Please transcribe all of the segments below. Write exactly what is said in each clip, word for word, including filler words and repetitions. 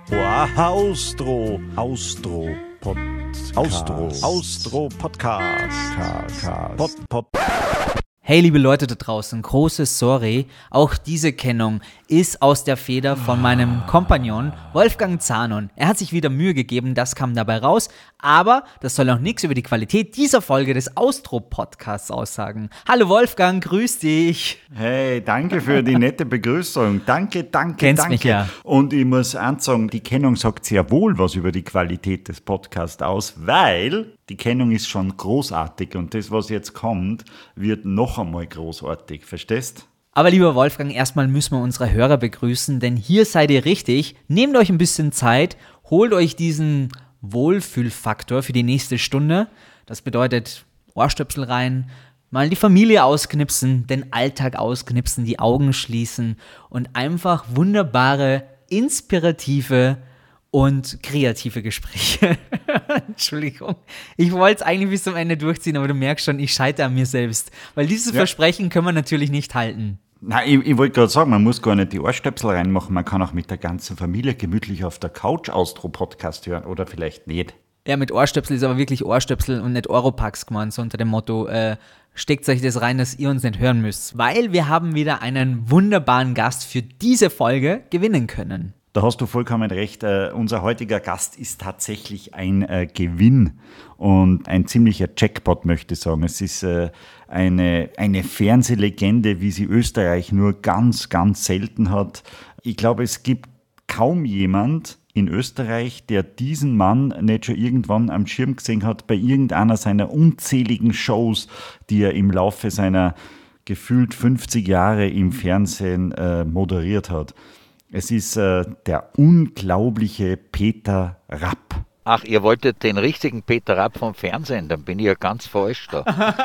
Wow, Austro, Austro, Pod, Austro, Austro Podcast, Pod, Pod. Hey liebe Leute da draußen, großes Sorry, auch diese Kennung ist aus der Feder von meinem Kompagnon Wolfgang Zanon. Er hat sich wieder Mühe gegeben, das kam dabei raus, aber das soll noch nichts über die Qualität dieser Folge des Austro-Podcasts aussagen. Hallo Wolfgang, grüß dich. Hey, danke für die nette Begrüßung. Danke, danke, Kennst danke. mich ja. Und ich muss ansagen, die Kennung sagt sehr wohl was über die Qualität des Podcasts aus, weil die Kennung ist schon großartig und das, was jetzt kommt, wird noch einmal großartig. Verstehst? Aber lieber Wolfgang, erstmal müssen wir unsere Hörer begrüßen, denn hier seid ihr richtig. Nehmt euch ein bisschen Zeit, holt euch diesen Wohlfühlfaktor für die nächste Stunde. Das bedeutet Ohrstöpsel rein, mal die Familie ausknipsen, den Alltag ausknipsen, die Augen schließen und einfach wunderbare, inspirative und kreative Gespräche. Entschuldigung. Ich wollte es eigentlich bis zum Ende durchziehen, aber du merkst schon, ich scheitere an mir selbst. Weil dieses Ja. Versprechen können wir natürlich nicht halten. Nein, ich, ich wollte gerade sagen, man muss gar nicht die Ohrstöpsel reinmachen, man kann auch mit der ganzen Familie gemütlich auf der Couch Austro-Podcast hören oder vielleicht nicht. Ja, mit Ohrstöpsel ist aber wirklich Ohrstöpsel und nicht Oropax gemeint, so unter dem Motto, äh, steckt euch das rein, dass ihr uns nicht hören müsst. Weil wir haben wieder einen wunderbaren Gast für diese Folge gewinnen können. Da hast du vollkommen recht. Äh, unser heutiger Gast ist tatsächlich ein äh, Gewinn und ein ziemlicher Jackpot, möchte ich sagen. Es ist äh, eine, eine Fernsehlegende, wie sie Österreich nur ganz, ganz selten hat. Ich glaube, es gibt kaum jemand in Österreich, der diesen Mann nicht schon irgendwann am Schirm gesehen hat bei irgendeiner seiner unzähligen Shows, die er im Laufe seiner gefühlt fünfzig Jahre im Fernsehen äh, moderiert hat. Es ist äh, der unglaubliche Peter Rapp. Ach, ihr wolltet den richtigen Peter Rapp vom Fernsehen, dann bin ich ja ganz falsch da.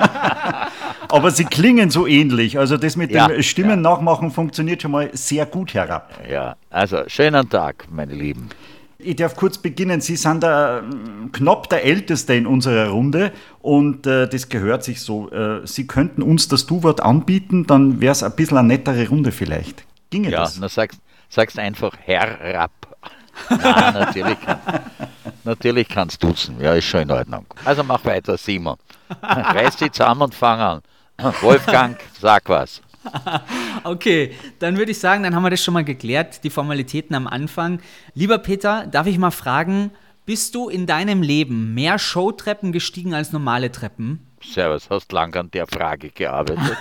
Aber sie klingen so ähnlich. Also das mit Ja, dem Stimmen ja. nachmachen funktioniert schon mal sehr gut, Herr Rapp. Ja, also schönen Tag, meine Lieben. Ich darf kurz beginnen. Sie sind der, ähm, knapp der Älteste in unserer Runde und äh, das gehört sich so. Äh, Sie könnten uns das Du-Wort anbieten, dann wäre es ein bisschen eine nettere Runde vielleicht. Ginge Ja, das? dann sagst, sagst einfach Herr Rapp. Nein, natürlich, kann, natürlich kannst du duzen. Ja, ist schon in Ordnung. Also mach weiter, Simon. Reiß dich zusammen und fang an. Wolfgang, sag was. Okay, dann würde ich sagen, dann haben wir das schon mal geklärt, die Formalitäten am Anfang. Lieber Peter, darf ich mal fragen, bist du in deinem Leben mehr Showtreppen gestiegen als normale Treppen? Servus, hast lang an der Frage gearbeitet.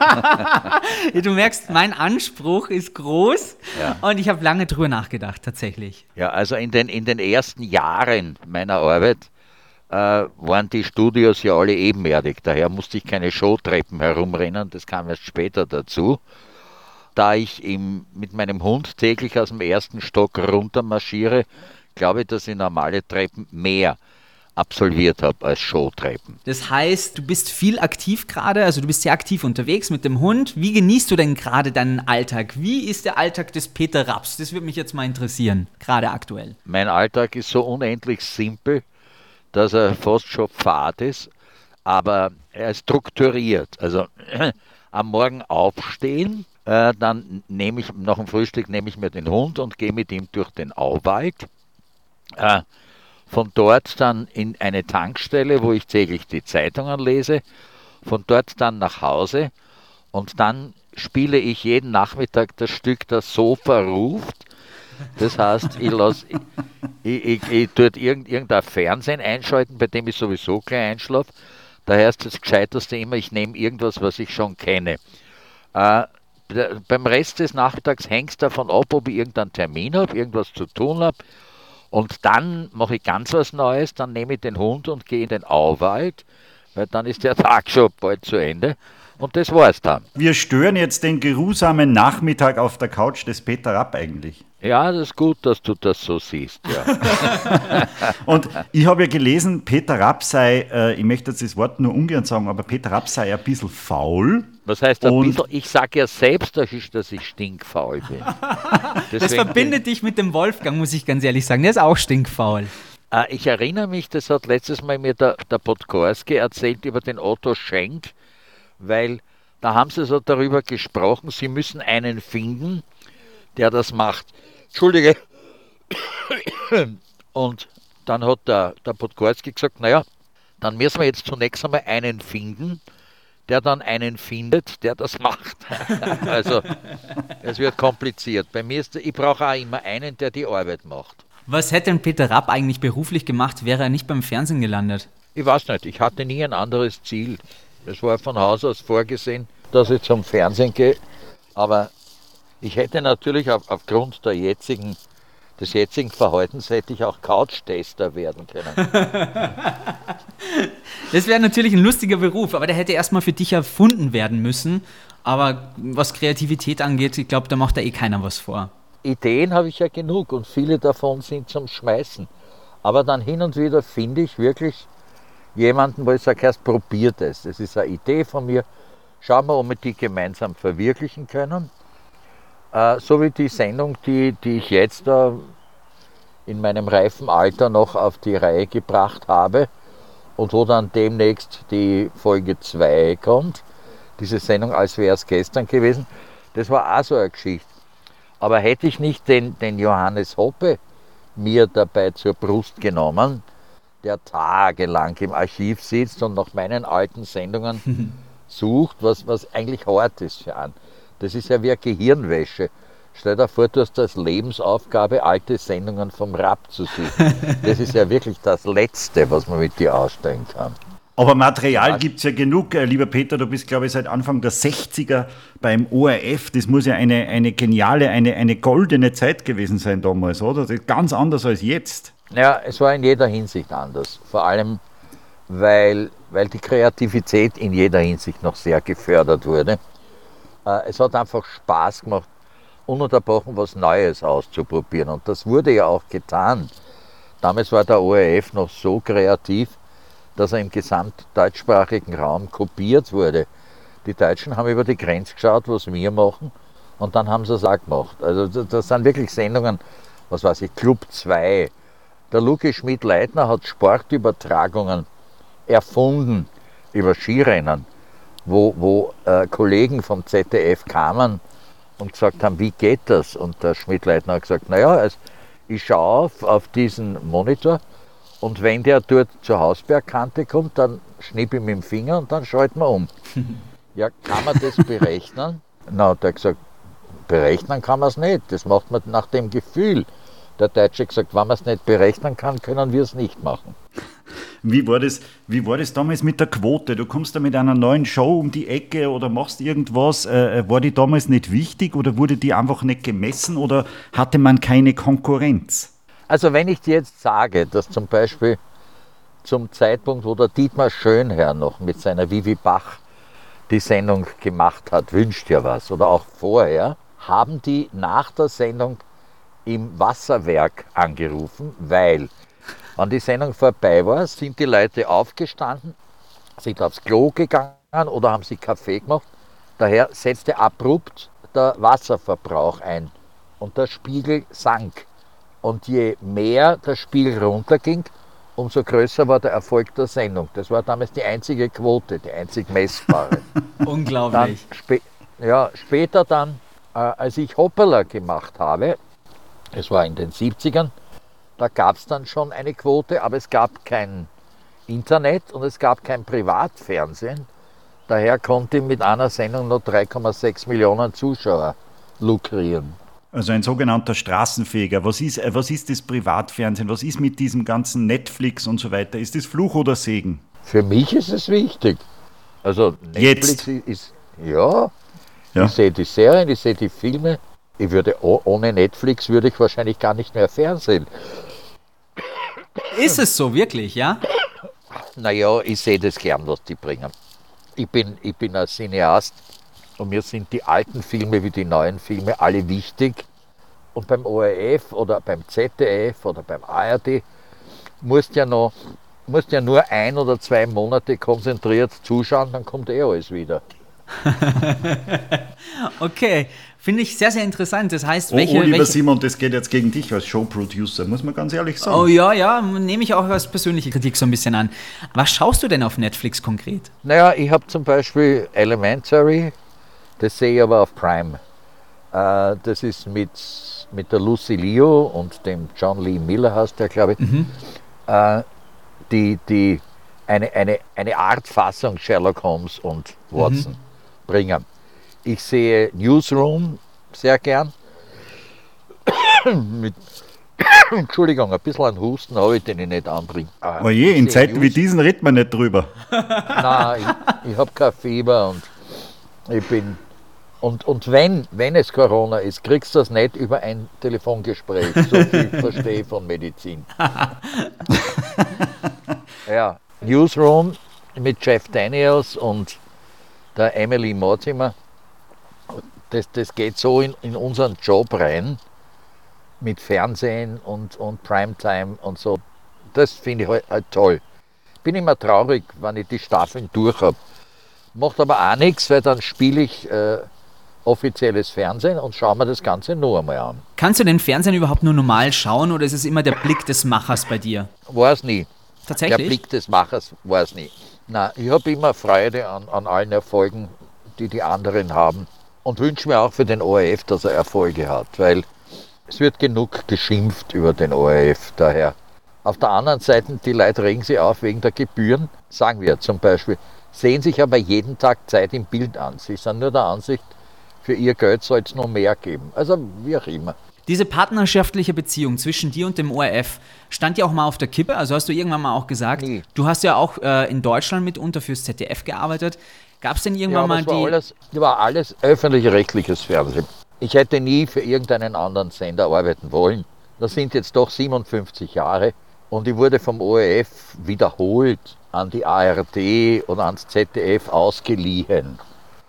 Ja, du merkst, mein Anspruch ist groß Ja. und ich habe lange drüber nachgedacht, tatsächlich. Ja, also in den, in den ersten Jahren meiner Arbeit äh, waren die Studios ja alle ebenerdig. Daher musste ich keine Showtreppen herumrennen, das kam erst später dazu. Da ich im, mit meinem Hund täglich aus dem ersten Stock runter marschiere, glaube ich, dass ich normale Treppen mehr absolviert habe als Showtreppen. Das heißt, du bist viel aktiv gerade, also du bist sehr aktiv unterwegs mit dem Hund. Wie genießt du denn gerade deinen Alltag? Wie ist der Alltag des Peter Rapps? Das würde mich jetzt mal interessieren, gerade aktuell. Mein Alltag ist so unendlich simpel, dass er fast schon fad ist, aber er ist strukturiert. Also am Morgen aufstehen, äh, dann nehme ich, nach dem Frühstück nehme ich mir den Hund und gehe mit ihm durch den Auwald. Äh, von dort dann in eine Tankstelle, wo ich täglich die Zeitungen lese, von dort dann nach Hause und dann spiele ich jeden Nachmittag das Stück Das Sofa ruft. Das heißt, ich lasse ich, ich, ich dort irgend, irgendein Fernsehen einschalten, bei dem ich sowieso gleich einschlafe. Daher ist das Gescheiterste immer, ich nehme irgendwas, was ich schon kenne. Äh, der, beim Rest des Nachmittags hängt es davon ab, ob ich irgendeinen Termin habe, irgendwas zu tun habe. Und dann mache ich ganz was Neues, dann nehme ich den Hund und gehe in den Auwald, weil dann ist der Tag schon bald zu Ende. Und das war's dann. Wir stören jetzt den geruhsamen Nachmittag auf der Couch des Peter Rapp eigentlich. Ja, das ist gut, dass du das so siehst. Ja. Und ich habe ja gelesen, Peter Rapp sei, äh, ich möchte jetzt das Wort nur ungern sagen, aber Peter Rapp sei ein bisschen faul. Was heißt ein Und- bisschen? Ich sage ja selbst, dass ich, dass ich stinkfaul bin. Das Deswegen verbindet dich mit dem Wolfgang, muss ich ganz ehrlich sagen. Der ist auch stinkfaul. Äh, ich erinnere mich, das hat letztes Mal mir der, der Podgorski erzählt über den Otto Schenk, weil da haben sie so darüber gesprochen, sie müssen einen finden, der das macht. Entschuldige, Und dann hat der, der Podgorski gesagt, naja, dann müssen wir jetzt zunächst einmal einen finden, der dann einen findet, der das macht. Also es wird kompliziert. Bei mir ist, ich brauche auch immer einen, der die Arbeit macht. Was hätte denn Peter Rapp eigentlich beruflich gemacht, wäre er nicht beim Fernsehen gelandet? Ich weiß nicht, ich hatte nie ein anderes Ziel. Es war von Haus aus vorgesehen, dass ich zum Fernsehen gehe. Aber ich hätte natürlich auf, aufgrund der jetzigen, des jetzigen Verhaltens hätte ich auch Couch-Tester werden können. Das wäre natürlich ein lustiger Beruf, aber der hätte erstmal für dich erfunden werden müssen. Aber was Kreativität angeht, ich glaube, da macht da eh keiner was vor. Ideen habe ich ja genug und viele davon sind zum Schmeißen. Aber dann hin und wieder finde ich wirklich jemanden, wo ich sage, erst probiert es. Das ist eine Idee von mir. Schauen wir, ob wir die gemeinsam verwirklichen können. Äh, so wie die Sendung, die, die ich jetzt äh, in meinem reifen Alter noch auf die Reihe gebracht habe und wo dann demnächst die Folge zwei kommt. Diese Sendung, als wäre es gestern gewesen. Das war auch so eine Geschichte. Aber hätte ich nicht den, den Johannes Hoppe mir dabei zur Brust genommen, der tagelang im Archiv sitzt und nach meinen alten Sendungen sucht, was, was eigentlich hart ist für einen. Das ist ja wie eine Gehirnwäsche. Stell dir vor, du hast als Lebensaufgabe, alte Sendungen vom Rapp zu suchen. Das ist ja wirklich das Letzte, was man mit dir ausstellen kann. Aber Material gibt es ja genug. Äh, lieber Peter, du bist, glaube ich, seit Anfang der sechziger beim O R F. Das muss ja eine, eine geniale, eine, eine goldene Zeit gewesen sein damals, oder? Das ist ganz anders als jetzt. Ja, es war in jeder Hinsicht anders. Vor allem, weil, weil die Kreativität in jeder Hinsicht noch sehr gefördert wurde. Äh, es hat einfach Spaß gemacht, ununterbrochen was Neues auszuprobieren. Und das wurde ja auch getan. Damals war der O R F noch so kreativ, dass er im gesamtdeutschsprachigen Raum kopiert wurde. Die Deutschen haben über die Grenze geschaut, was wir machen, und dann haben sie es auch gemacht. Also das sind wirklich Sendungen, was weiß ich, Club zwei. Der Luki Schmidt-Leitner hat Sportübertragungen erfunden über Skirennen, wo, wo äh, Kollegen vom Z D F kamen und gesagt haben, wie geht das? Und der Schmidt-Leitner hat gesagt, naja, also ich schaue auf, auf diesen Monitor, und wenn der dort zur Hausbergkante kommt, dann schnipp ich mit dem Finger und dann schalten wir um. Ja, kann man das berechnen? Na, der hat gesagt, berechnen kann man es nicht. Das macht man nach dem Gefühl. Der Deutsche hat gesagt, wenn man es nicht berechnen kann, können wir es nicht machen. Wie war das, wie war das damals mit der Quote? Du kommst da mit einer neuen Show um die Ecke oder machst irgendwas. Äh, war die damals nicht wichtig oder wurde die einfach nicht gemessen oder hatte man keine Konkurrenz? Also wenn ich dir jetzt sage, dass zum Beispiel zum Zeitpunkt, wo der Dietmar Schönherr noch mit seiner Vivi Bach die Sendung gemacht hat, wünscht ja was, oder auch vorher, haben die nach der Sendung im Wasserwerk angerufen, weil, wenn die Sendung vorbei war, sind die Leute aufgestanden, sind aufs Klo gegangen oder haben sich Kaffee gemacht. Daher setzte abrupt der Wasserverbrauch ein und der Spiegel sank. Und je mehr der Spiegel runterging, umso größer war der Erfolg der Sendung. Das war damals die einzige Quote, die einzig messbare. Unglaublich. Dann spä- ja, später dann, äh, als ich Hoppala gemacht habe, es war in den siebzigern, da gab es dann schon eine Quote, aber es gab kein Internet und es gab kein Privatfernsehen. Daher konnte ich mit einer Sendung noch drei Komma sechs Millionen Zuschauer lukrieren. Also ein sogenannter Straßenfeger. Was ist, was ist das Privatfernsehen? Was ist mit diesem ganzen Netflix und so weiter? Ist das Fluch oder Segen? Für mich ist es wichtig. Also Netflix Jetzt. ist, ja, Ja. ich sehe die Serien, ich sehe die Filme. Ich würde, oh- ohne Netflix würde ich wahrscheinlich gar nicht mehr Fernsehen. Ist es so, wirklich, ja? Naja, ich sehe das gern, was die bringen. Ich bin, ich bin ein Cineast und mir sind die alten Filme wie die neuen Filme alle wichtig. Und beim O R F oder beim Z D F oder beim A R D musst ja noch, musst ja nur ein oder zwei Monate konzentriert zuschauen, dann kommt eh alles wieder. Okay, finde ich sehr, sehr interessant. Das heißt, Oh, welche... oh, lieber welche Simon, das geht jetzt gegen dich als Showproducer, muss man ganz ehrlich sagen. oh ja, ja, nehme ich auch als persönliche Kritik so ein bisschen an. Was schaust du denn auf Netflix konkret? Naja, ich habe zum Beispiel Elementary, das sehe ich aber auf Prime. Äh, das ist mit mit, mit der Lucy Liu und dem John Lee Miller heißt der, glaube ich, mhm. äh, die, die eine, eine, eine Art Fassung Sherlock Holmes und Watson mhm. bringen. Ich sehe Newsroom sehr gern. mit, Entschuldigung, ein bisschen an Husten habe ich, den ich nicht anbringe. Äh, oh je, in Zeiten News- wie diesen redet man nicht drüber. Nein, ich, ich habe kein Fieber und ich bin... Und, und wenn, wenn es Corona ist, kriegst du das nicht über ein Telefongespräch. So viel verstehe ich von Medizin. Ja, Newsroom mit Jeff Daniels und der Emily Mortimer. Das, das geht so in, in unseren Job rein. Mit Fernsehen und, und Primetime und so. Das finde ich halt, halt toll. Bin immer traurig, wenn ich die Staffeln durch habe. Macht aber auch nichts, weil dann spiele ich äh, offizielles Fernsehen und schaue mir das Ganze nur einmal an. Kannst du den Fernsehen überhaupt nur normal schauen oder ist es immer der Blick des Machers bei dir? War es nie. Tatsächlich? Der Blick des Machers war es nie. Nein, ich habe immer Freude an, an allen Erfolgen, die die anderen haben und wünsche mir auch für den O R F, dass er Erfolge hat, weil es wird genug geschimpft über den O R F daher. Auf der anderen Seite, die Leute regen sich auf wegen der Gebühren, sagen wir zum Beispiel, sehen sich aber jeden Tag Zeit im Bild an. Sie sind nur der Ansicht, für ihr Geld soll es noch mehr geben. Also wie auch immer. Diese partnerschaftliche Beziehung zwischen dir und dem O R F stand ja auch mal auf der Kippe, also hast du irgendwann mal auch gesagt, Nie. Du hast ja auch äh, in Deutschland mitunter fürs Z D F gearbeitet. Gab es denn irgendwann ja, mal das war die... Alles, das war alles öffentlich-rechtliches Fernsehen. Ich hätte nie für irgendeinen anderen Sender arbeiten wollen. Das sind jetzt doch siebenundfünfzig Jahre und ich wurde vom O R F wiederholt an die A R D oder ans Z D F ausgeliehen.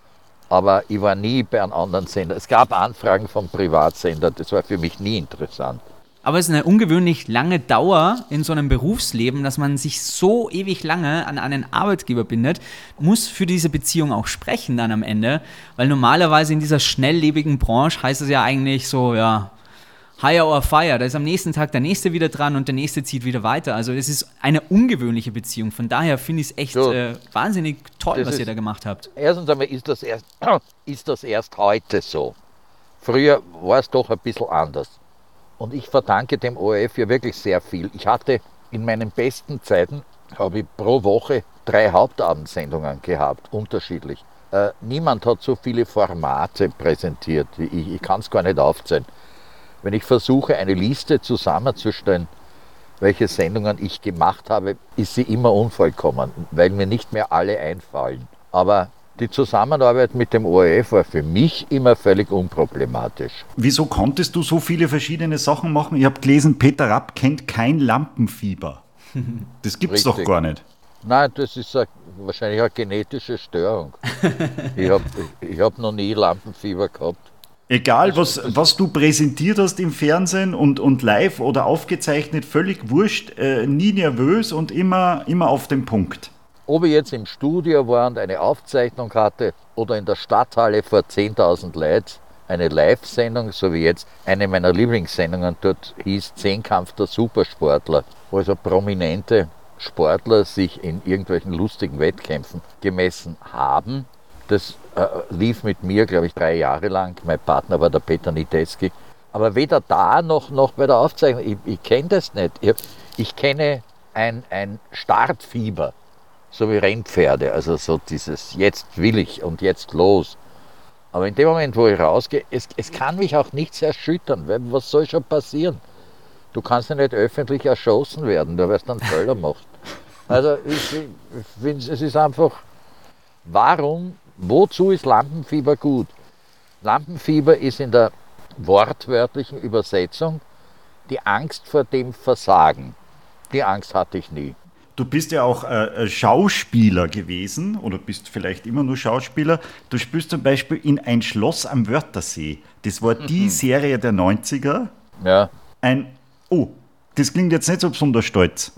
Aber ich war nie bei einem anderen Sender. Es gab Anfragen vom Privatsender, das war für mich nie interessant. Aber es ist eine ungewöhnlich lange Dauer in so einem Berufsleben, dass man sich so ewig lange an einen Arbeitgeber bindet, muss für diese Beziehung auch sprechen dann am Ende, weil normalerweise in dieser schnelllebigen Branche heißt es ja eigentlich so, ja, hire or fire, da ist am nächsten Tag der Nächste wieder dran und der Nächste zieht wieder weiter. Also es ist eine ungewöhnliche Beziehung, von daher finde ich es echt so, äh, wahnsinnig toll, was ist, ihr da gemacht habt. Erstens einmal ist das, erst, ist das erst heute so. Früher war es doch ein bisschen anders. Und ich verdanke dem O R F ja wirklich sehr viel. Ich hatte in meinen besten Zeiten, habe ich pro Woche drei Hauptabendsendungen gehabt, unterschiedlich. Äh, niemand hat so viele Formate präsentiert wie ich. Ich kann es gar nicht aufzählen. Wenn ich versuche, eine Liste zusammenzustellen, welche Sendungen ich gemacht habe, ist sie immer unvollkommen, weil mir nicht mehr alle einfallen. Aber die Zusammenarbeit mit dem O R F war für mich immer völlig unproblematisch. Wieso konntest du so viele verschiedene Sachen machen? Ich habe gelesen, Peter Rapp kennt kein Lampenfieber. Das gibt's Richtig. Doch gar nicht. Nein, das ist eine, wahrscheinlich eine genetische Störung. Ich habe ich hab noch nie Lampenfieber gehabt. Egal, was, was du präsentiert hast im Fernsehen und, und live oder aufgezeichnet, völlig wurscht, äh, nie nervös und immer, immer auf den Punkt. Ob ich jetzt im Studio war und eine Aufzeichnung hatte oder in der Stadthalle vor zehntausend Leuten eine Live-Sendung, so wie jetzt eine meiner Lieblingssendungen dort hieß Zehnkampf der Supersportler, wo also prominente Sportler sich in irgendwelchen lustigen Wettkämpfen gemessen haben. Das äh, lief mit mir, glaube ich, drei Jahre lang. Mein Partner war der Peter Niteski. Aber weder da noch, noch bei der Aufzeichnung, ich, ich kenne das nicht. Ich, ich kenne ein, ein Startfieber, so wie Rennpferde, also so dieses jetzt will ich und jetzt los. Aber in dem Moment, wo ich rausgehe, es, es kann mich auch nichts erschüttern, weil was soll schon passieren? Du kannst ja nicht öffentlich erschossen werden, du wirst dann Fehler gemacht. Also ich, ich finde, es ist einfach, warum, wozu ist Lampenfieber gut? Lampenfieber ist in der wortwörtlichen Übersetzung die Angst vor dem Versagen. Die Angst hatte ich nie. Du bist ja auch äh, Schauspieler gewesen oder bist vielleicht immer nur Schauspieler. Du spielst zum Beispiel in Ein Schloss am Wörthersee. Das war die mhm. Serie der neunziger. Ja. Ein, oh, das klingt jetzt nicht so besonders stolz.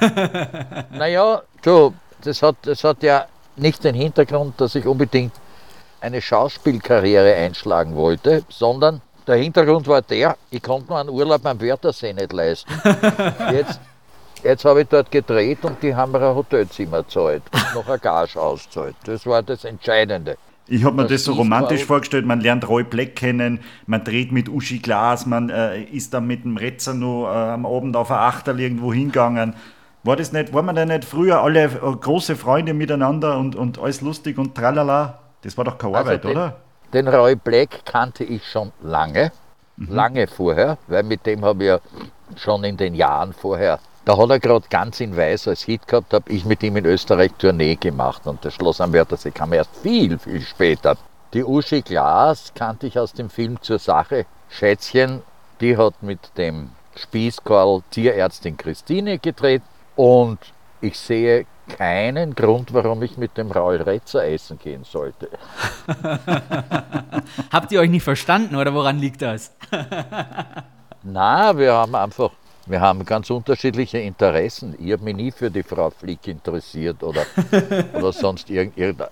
Naja, du, das hat, das hat ja nicht den Hintergrund, dass ich unbedingt eine Schauspielkarriere einschlagen wollte, sondern der Hintergrund war der, ich konnte mir einen Urlaub am Wörthersee nicht leisten. Jetzt Jetzt habe ich dort gedreht und die haben mir ein Hotelzimmer gezahlt und noch eine Gage ausgezahlt. Das war das Entscheidende. Ich habe mir das das so ist romantisch quasi- vorgestellt, man lernt Roy Black kennen, man dreht mit Uschi Glas, man äh, ist dann mit dem Retzer noch äh, am Abend auf ein Achterl irgendwo hingegangen. War das nicht, waren wir da nicht früher alle äh, große Freunde miteinander und, und alles lustig und tralala? Das war doch keine Also Arbeit, den, oder? Den Roy Black kannte ich schon lange, Mhm. lange vorher, weil mit dem habe ich ja schon in den Jahren vorher, da hat er gerade ganz in Weiß als Hit gehabt, habe ich mit ihm in Österreich Tournee gemacht und das Schloss am Wörthersee kam erst viel, viel später. Die Uschi Glas kannte ich aus dem Film Zur Sache, Schätzchen, die hat mit dem Spießkarl Tierärztin Christine gedreht und ich sehe keinen Grund, warum ich mit dem Raul Retzer essen gehen sollte. Habt ihr euch nicht verstanden oder woran liegt das? Na, wir haben einfach, wir haben ganz unterschiedliche Interessen. Ich habe mich nie für die Frau Flick interessiert oder, oder sonst irgend, irgendein.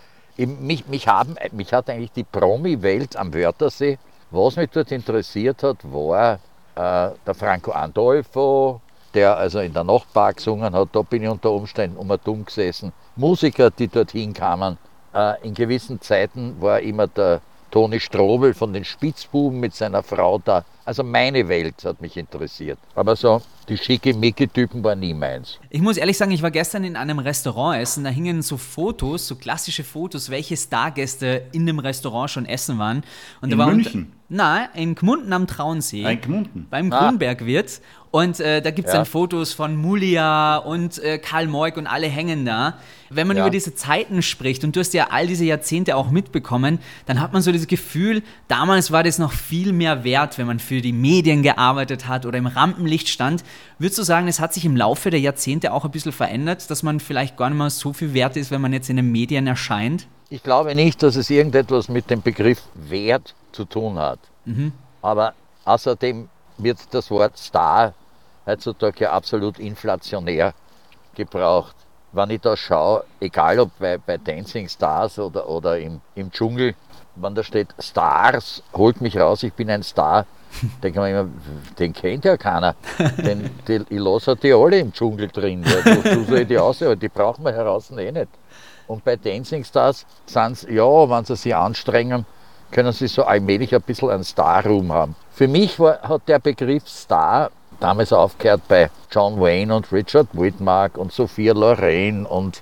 Mich, mich, haben, mich hat eigentlich die Promi-Welt am Wörthersee, was mich dort interessiert hat, war äh, der Franco Andolfo, der also in der Nachtbar gesungen hat, da bin ich unter Umständen um ein Dumm gesessen. Musiker, die dorthin kamen. Äh, in gewissen Zeiten war immer der Toni Strobel von den Spitzbuben mit seiner Frau da. Also meine Welt hat mich interessiert. Aber so, die Schickimicki-Typen waren nie meins. Ich muss ehrlich sagen, ich war gestern in einem Restaurant essen, da hingen so Fotos, so klassische Fotos, welche Stargäste in dem Restaurant schon essen waren. Und In da war München? Nein, in Gmunden am Traunsee. Ein Gmunden. Beim Ah. Grünbergwirt. Und äh, da gibt es Ja. dann Fotos von Mulia und äh, Karl Moik und alle hängen da. Wenn man Ja. über diese Zeiten spricht und du hast ja all diese Jahrzehnte auch mitbekommen, dann hat man so das Gefühl, damals war das noch viel mehr wert, wenn man für die Medien gearbeitet hat oder im Rampenlicht stand. Würdest du sagen, es hat sich im Laufe der Jahrzehnte auch ein bisschen verändert, dass man vielleicht gar nicht mehr so viel wert ist, wenn man jetzt in den Medien erscheint? Ich glaube nicht, dass es irgendetwas mit dem Begriff Wert zu tun hat. Aber außerdem wird das Wort Star heutzutage ja absolut inflationär gebraucht. Wenn ich da schaue, egal ob bei, bei Dancing Stars oder, oder im, im Dschungel, wenn da steht Stars, holt mich raus, ich bin ein Star, denke ich mir immer, den kennt ja keiner. Den, die, ich lasse die alle im Dschungel drin. Ja, wozu soll ich die aus? Aber die brauchen wir heraus eh nicht. Und bei Dancing Stars sind sie, ja, wenn sie sich anstrengen, können sie so allmählich ein bisschen einen Star-Ruhm haben. Für mich war, hat der Begriff Star damals aufgehört bei John Wayne und Richard Widmark und Sophia Loren und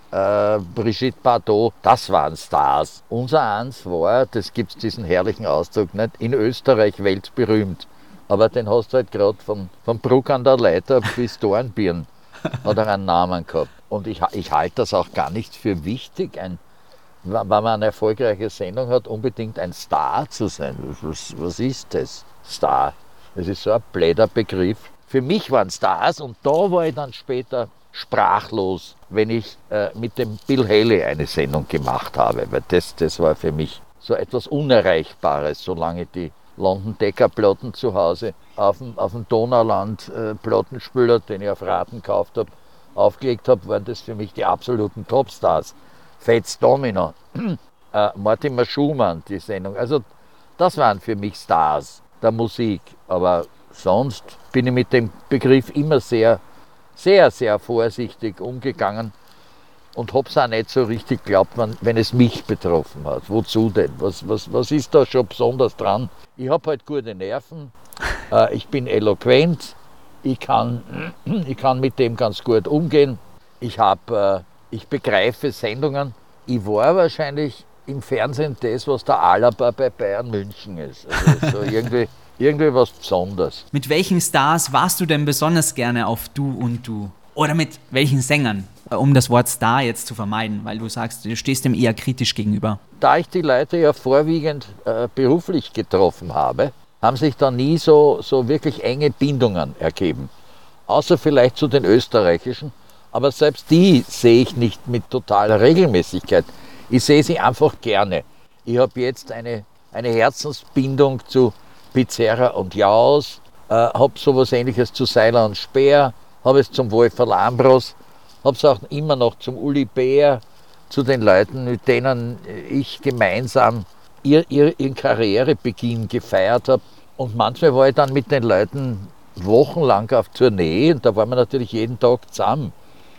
äh, Brigitte Bardot. Das waren Stars. Unser eins war, das gibt es diesen herrlichen Ausdruck nicht, in Österreich weltberühmt. Aber den hast du halt gerade von, von Bruck an der Leiter bis Dornbirn hat er einen Namen gehabt. Und ich, ich halte das auch gar nicht für wichtig, ein wenn man eine erfolgreiche Sendung hat, unbedingt ein Star zu sein. Was, was ist das? Star. Das ist so ein bläder Begriff. Für mich waren Stars und da war ich dann später sprachlos, wenn ich äh, mit dem Bill Haley eine Sendung gemacht habe. Weil das, das war für mich so etwas Unerreichbares, solange die London Decker Platten zu Hause auf dem, auf dem Donauland äh, Plattenspieler, den ich auf Raten gekauft habe, aufgelegt habe, waren das für mich die absoluten Topstars. Fats Domino, äh, Mortimer Schumann, die Sendung. Also das waren für mich Stars der Musik. Aber sonst bin ich mit dem Begriff immer sehr, sehr, sehr vorsichtig umgegangen und habe es auch nicht so richtig geglaubt, wenn, wenn es mich betroffen hat. Wozu denn? Was, was, was ist da schon besonders dran? Ich habe halt gute Nerven, äh, ich bin eloquent, ich kann, ich kann mit dem ganz gut umgehen. Ich habe... Äh, Ich begreife Sendungen. Ich war wahrscheinlich im Fernsehen das, was der Alaba bei Bayern München ist. Also so irgendwie, irgendwie was Besonderes. Mit welchen Stars warst du denn besonders gerne auf Du und Du? Oder mit welchen Sängern? Um das Wort Star jetzt zu vermeiden, weil du sagst, du stehst dem eher kritisch gegenüber. Da ich die Leute ja vorwiegend äh, beruflich getroffen habe, haben sich da nie so, so wirklich enge Bindungen ergeben. Außer vielleicht zu den österreichischen. Aber selbst die sehe ich nicht mit totaler Regelmäßigkeit. Ich sehe sie einfach gerne. Ich habe jetzt eine, eine Herzensbindung zu Pizzerra und Jaus, äh, habe sowas Ähnliches zu Seiler und Speer, habe es zum Wolferl Ambros, habe es auch immer noch zum Uli Bär, zu den Leuten, mit denen ich gemeinsam ihr, ihr, ihren Karrierebeginn gefeiert habe. Und manchmal war ich dann mit den Leuten wochenlang auf Tournee und da waren wir natürlich jeden Tag zusammen.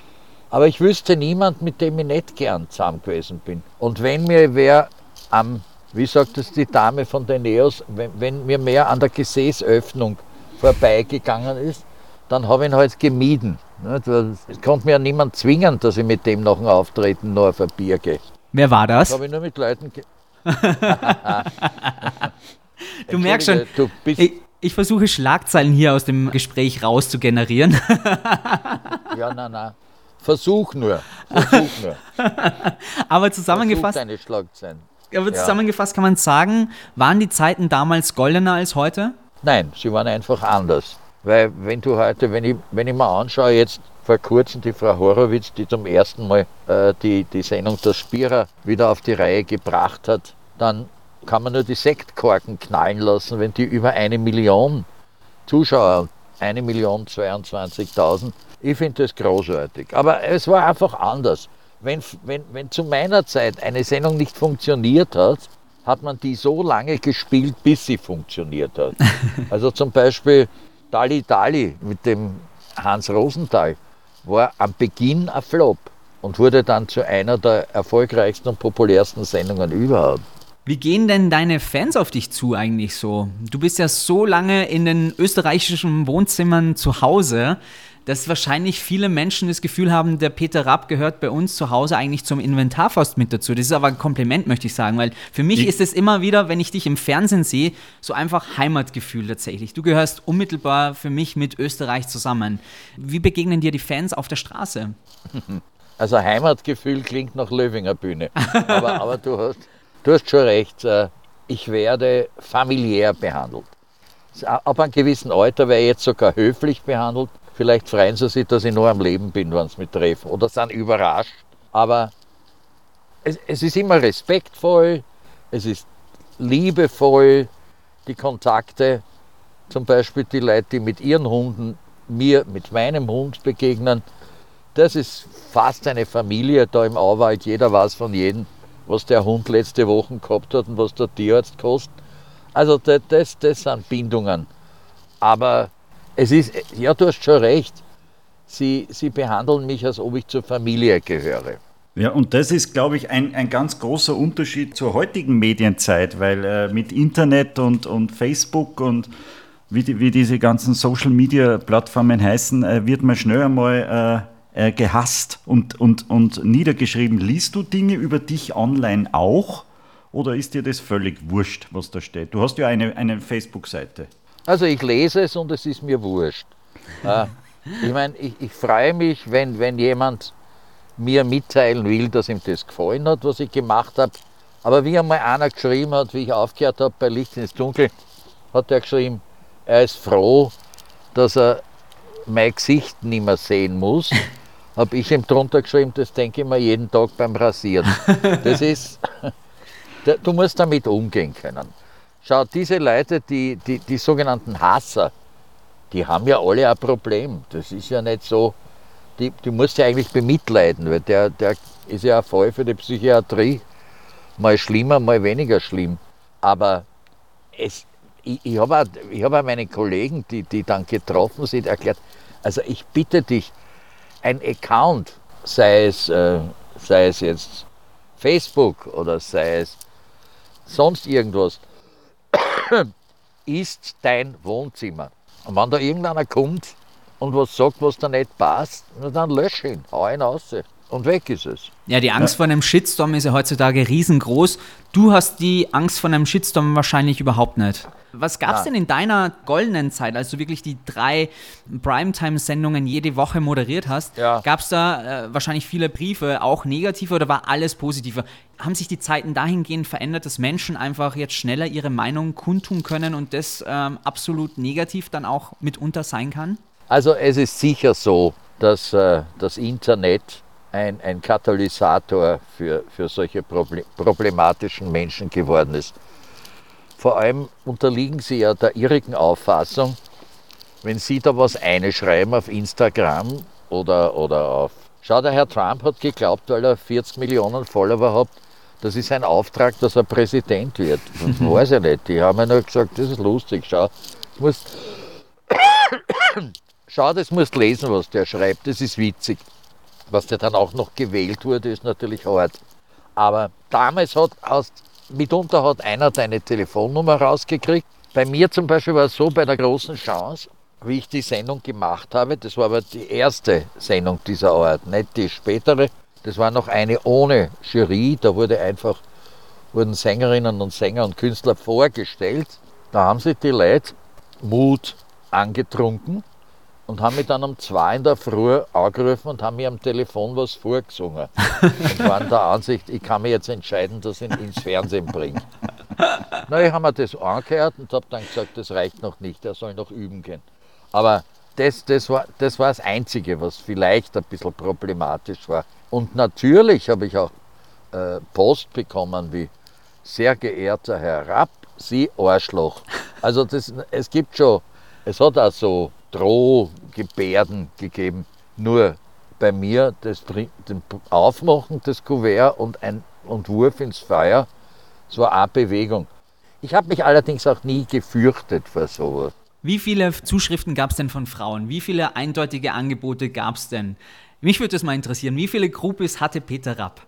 Aber ich wüsste niemand, mit dem ich nicht gern zusammen gewesen bin. Und wenn mir wer am, wie sagt das die Dame von den Neos, wenn, wenn mir mehr an der Gesäßöffnung vorbeigegangen ist, dann habe ich ihn halt gemieden. Es konnte mir ja niemand zwingen, dass ich mit dem nach dem Auftreten noch auf ein Bier gehe. Wer war das? Das habe ich nur mit Leuten... Ge- Du merkst schon, du bist ich, ich versuche Schlagzeilen hier aus dem Gespräch raus zu generieren. Ja, nein, nein. Versuch nur. Versuch nur. Aber zusammengefasst, Versuch deine Schlagzeilen. aber Ja. zusammengefasst kann man sagen, waren die Zeiten damals goldener als heute? Nein, sie waren einfach anders. Weil wenn du heute, wenn ich, wenn ich mir anschaue, jetzt vor kurzem die Frau Horowitz, die zum ersten Mal äh, die, die Sendung Der Spierer wieder auf die Reihe gebracht hat, dann kann man nur die Sektkorken knallen lassen, wenn die über eine Million Zuschauer, eine Million zweiundzwanzigtausend, ich finde das großartig. Aber es war einfach anders. Wenn, wenn, wenn zu meiner Zeit eine Sendung nicht funktioniert hat, hat man die so lange gespielt, bis sie funktioniert hat. Also zum Beispiel Dalli Dalli mit dem Hans Rosenthal war am Beginn ein Flop und wurde dann zu einer der erfolgreichsten und populärsten Sendungen überhaupt. Wie gehen denn deine Fans auf dich zu eigentlich so? Du bist ja so lange in den österreichischen Wohnzimmern zu Hause, dass wahrscheinlich viele Menschen das Gefühl haben, der Peter Rapp gehört bei uns zu Hause eigentlich zum Inventar fast mit dazu. Das ist aber ein Kompliment, möchte ich sagen, weil für mich Ich- ist es immer wieder, wenn ich dich im Fernsehen sehe, so einfach Heimatgefühl tatsächlich. Du gehörst unmittelbar für mich mit Österreich zusammen. Wie begegnen dir die Fans auf der Straße? Also Heimatgefühl klingt nach Löwinger Bühne. Aber, aber du, hast, du hast schon recht, äh, ich werde familiär behandelt. Ab einem gewissen Alter werde ich jetzt sogar höflich behandelt. Vielleicht freuen sie sich, dass ich noch am Leben bin, wenn sie mich treffen. Oder sind überrascht. Aber es, es ist immer respektvoll, es ist liebevoll, die Kontakte. Zum Beispiel die Leute, die mit ihren Hunden mir mit meinem Hund begegnen. Das ist fast eine Familie da im Auwald. Jeder weiß von jedem, was der Hund letzte Woche gehabt hat und was der Tierarzt kostet. Also das, das, das sind Bindungen. Aber es ist, ja, du hast schon recht, sie, sie behandeln mich, als ob ich zur Familie gehöre. Ja, und das ist, glaube ich, ein, ein ganz großer Unterschied zur heutigen Medienzeit, weil äh, mit Internet und, und Facebook und wie, die, wie diese ganzen Social-Media-Plattformen heißen, äh, wird man schnell einmal äh, äh, gehasst und, und, und niedergeschrieben. Liest du Dinge über dich online auch oder ist dir das völlig wurscht, was da steht? Du hast ja eine, eine Facebook-Seite. Also ich lese es und es ist mir wurscht. Äh, ich meine, ich, ich freue mich, wenn, wenn jemand mir mitteilen will, dass ihm das gefallen hat, was ich gemacht habe. Aber wie einmal einer geschrieben hat, wie ich aufgehört habe bei Licht ins Dunkel, hat er geschrieben, er ist froh, dass er mein Gesicht nicht mehr sehen muss. Habe ich ihm drunter geschrieben, das denke ich mir jeden Tag beim Rasieren. Das ist, du musst damit umgehen können. Schau, diese Leute, die, die, die sogenannten Hasser, die haben ja alle ein Problem. Das ist ja nicht so, die, die musst du ja eigentlich bemitleiden, weil der, der ist ja ein Fall für die Psychiatrie. Mal schlimmer, mal weniger schlimm. Aber es, ich, ich habe auch, ich hab auch meine Kollegen, die, die dann getroffen sind, erklärt, also ich bitte dich, ein Account, sei es, äh, sei es jetzt Facebook oder sei es sonst irgendwas, ist dein Wohnzimmer. Und wenn da irgendeiner kommt und was sagt, was da nicht passt, na dann lösche ihn, hau ihn raus und weg ist es. Ja, die Angst vor einem Shitstorm ist ja heutzutage riesengroß. Du hast die Angst vor einem Shitstorm wahrscheinlich überhaupt nicht. Was gab es denn in deiner goldenen Zeit, als du wirklich die drei Primetime-Sendungen jede Woche moderiert hast? Ja. Gab es da äh, wahrscheinlich viele Briefe, auch negative oder war alles positive? Haben sich die Zeiten dahingehend verändert, dass Menschen einfach jetzt schneller ihre Meinung kundtun können und das ähm, absolut negativ dann auch mitunter sein kann? Also es ist sicher so, dass äh, das Internet ein, ein Katalysator für, für solche Proble- problematischen Menschen geworden ist. Vor allem unterliegen sie ja der irrigen Auffassung, wenn sie da was einschreiben auf Instagram oder, oder auf... Schau, der Herr Trump hat geglaubt, weil er vierzig Millionen Follower hat, das ist ein Auftrag, dass er Präsident wird. Das weiß ich nicht. Die haben ja nur gesagt, das ist lustig, schau. Du musst schau, das musst lesen, was der schreibt, das ist witzig. Was der dann auch noch gewählt wurde, ist natürlich hart. Aber damals hat, aus, mitunter hat einer deine Telefonnummer rausgekriegt. Bei mir zum Beispiel war es so, bei der großen Chance, wie ich die Sendung gemacht habe, das war aber die erste Sendung dieser Art, nicht die spätere, das war noch eine ohne Jury, da wurde einfach, wurden Sängerinnen und Sänger und Künstler vorgestellt. Da haben sich die Leute Mut angetrunken und haben mich dann um zwei in der Früh angerufen und haben mir am Telefon was vorgesungen. Und waren der Ansicht, ich kann mich jetzt entscheiden, dass ich ihn ins Fernsehen bringe. Na, ich habe mir das angehört und habe dann gesagt, das reicht noch nicht, er soll noch üben gehen. Aber das, das, war, das war das Einzige, was vielleicht ein bisschen problematisch war. Und natürlich habe ich auch äh, Post bekommen wie, sehr geehrter Herr Rapp, Sie Arschloch. Also das, es gibt schon, es hat auch so Drohgebärden gegeben. Nur bei mir das Aufmachen des Kuverts und ein und Wurf ins Feuer, das war eine Bewegung. Ich habe mich allerdings auch nie gefürchtet vor sowas. Wie viele Zuschriften gab es denn von Frauen? Wie viele eindeutige Angebote gab es denn? Mich würde das mal interessieren. Wie viele Groupies hatte Peter Rapp?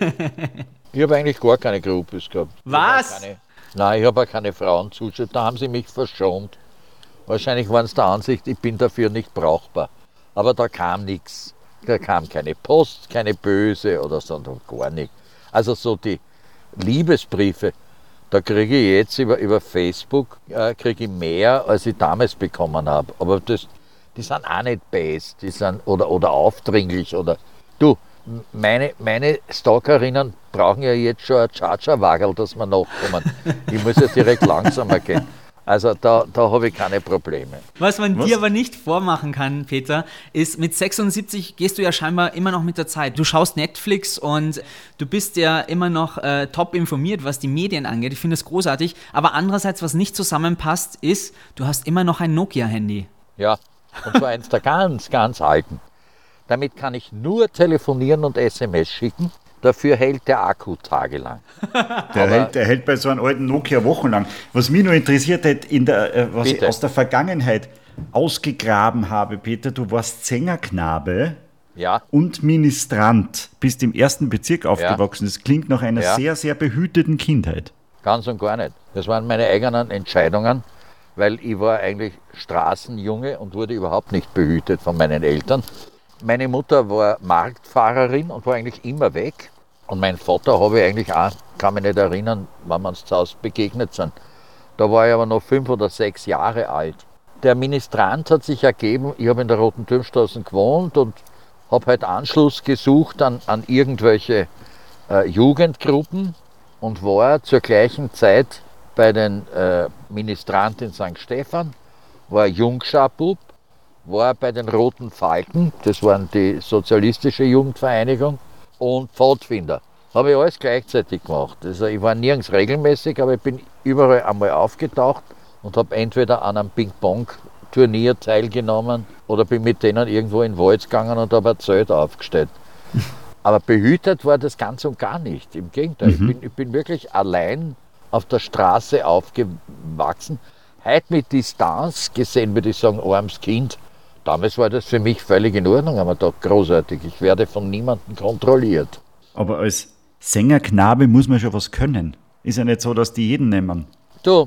Ich habe eigentlich gar keine Groupies gehabt. Was? Keine, nein, ich habe auch keine Frauenzuschriften. Da haben sie mich verschont. Wahrscheinlich waren es der Ansicht, ich bin dafür nicht brauchbar. Aber da kam nichts. Da kam keine Post, keine böse oder so, gar nichts. Also so die Liebesbriefe, da kriege ich jetzt über, über Facebook äh, kriege ich mehr, als ich damals bekommen habe. Aber das, die sind auch nicht best, die sind oder, oder aufdringlich. Oder du, meine, meine Stalkerinnen brauchen ja jetzt schon ein Cha-Cha-Wagel, dass wir nachkommen. Ich muss ja direkt langsamer gehen. Also da, da habe ich keine Probleme. Was man Was? dir aber nicht vormachen kann, Peter, ist, mit sechsundsiebzig gehst du ja scheinbar immer noch mit der Zeit. Du schaust Netflix und du bist ja immer noch äh, top informiert, was die Medien angeht. Ich finde das großartig. Aber andererseits, was nicht zusammenpasst, ist, du hast immer noch ein Nokia-Handy. Ja, und zwar eins der ganz, ganz alten. Damit kann ich nur telefonieren und S M S schicken. Dafür hält der Akku tagelang. Der hält, der hält bei so einem alten Nokia wochenlang. Was mich nur interessiert hat, in der, äh, was Bitte. ich aus der Vergangenheit ausgegraben habe, Peter, du warst Sängerknabe Ja, und Ministrant, bist im ersten Bezirk aufgewachsen. Das klingt nach einer Ja. sehr, sehr behüteten Kindheit. ganz und gar nicht. Das waren meine eigenen Entscheidungen, weil ich war eigentlich Straßenjunge und wurde überhaupt nicht behütet von meinen Eltern. Meine Mutter war Marktfahrerin und war eigentlich immer weg. Und mein Vater habe ich eigentlich auch, kann mich nicht erinnern, wann wir uns zu Hause begegnet sind. Da war ich aber noch fünf oder sechs Jahre alt. Der Ministrant hat sich ergeben, ich habe in der Roten Turmstraße gewohnt und habe halt Anschluss gesucht an, an irgendwelche äh, Jugendgruppen und war zur gleichen Zeit bei den äh, Ministranten in Sankt Stephan, war Jungscharbub, war bei den Roten Falken, das waren die sozialistische Jugendvereinigung, und Pfadfinder. Habe ich alles gleichzeitig gemacht. Also ich war nirgends regelmäßig, aber ich bin überall einmal aufgetaucht und habe entweder an einem Ping-Pong-Turnier teilgenommen oder bin mit denen irgendwo in den Wald gegangen und habe ein Zelt aufgestellt. Aber behütet war das ganz und gar nicht. Im Gegenteil, mhm. ich, bin, ich bin wirklich allein auf der Straße aufgewachsen. Heute mit Distanz gesehen, würde ich sagen, armes Kind. Damals war das für mich völlig in Ordnung, aber doch großartig. Ich werde von niemandem kontrolliert. Aber als Sängerknabe muss man schon was können. Ist ja nicht so, dass die jeden nehmen. Du,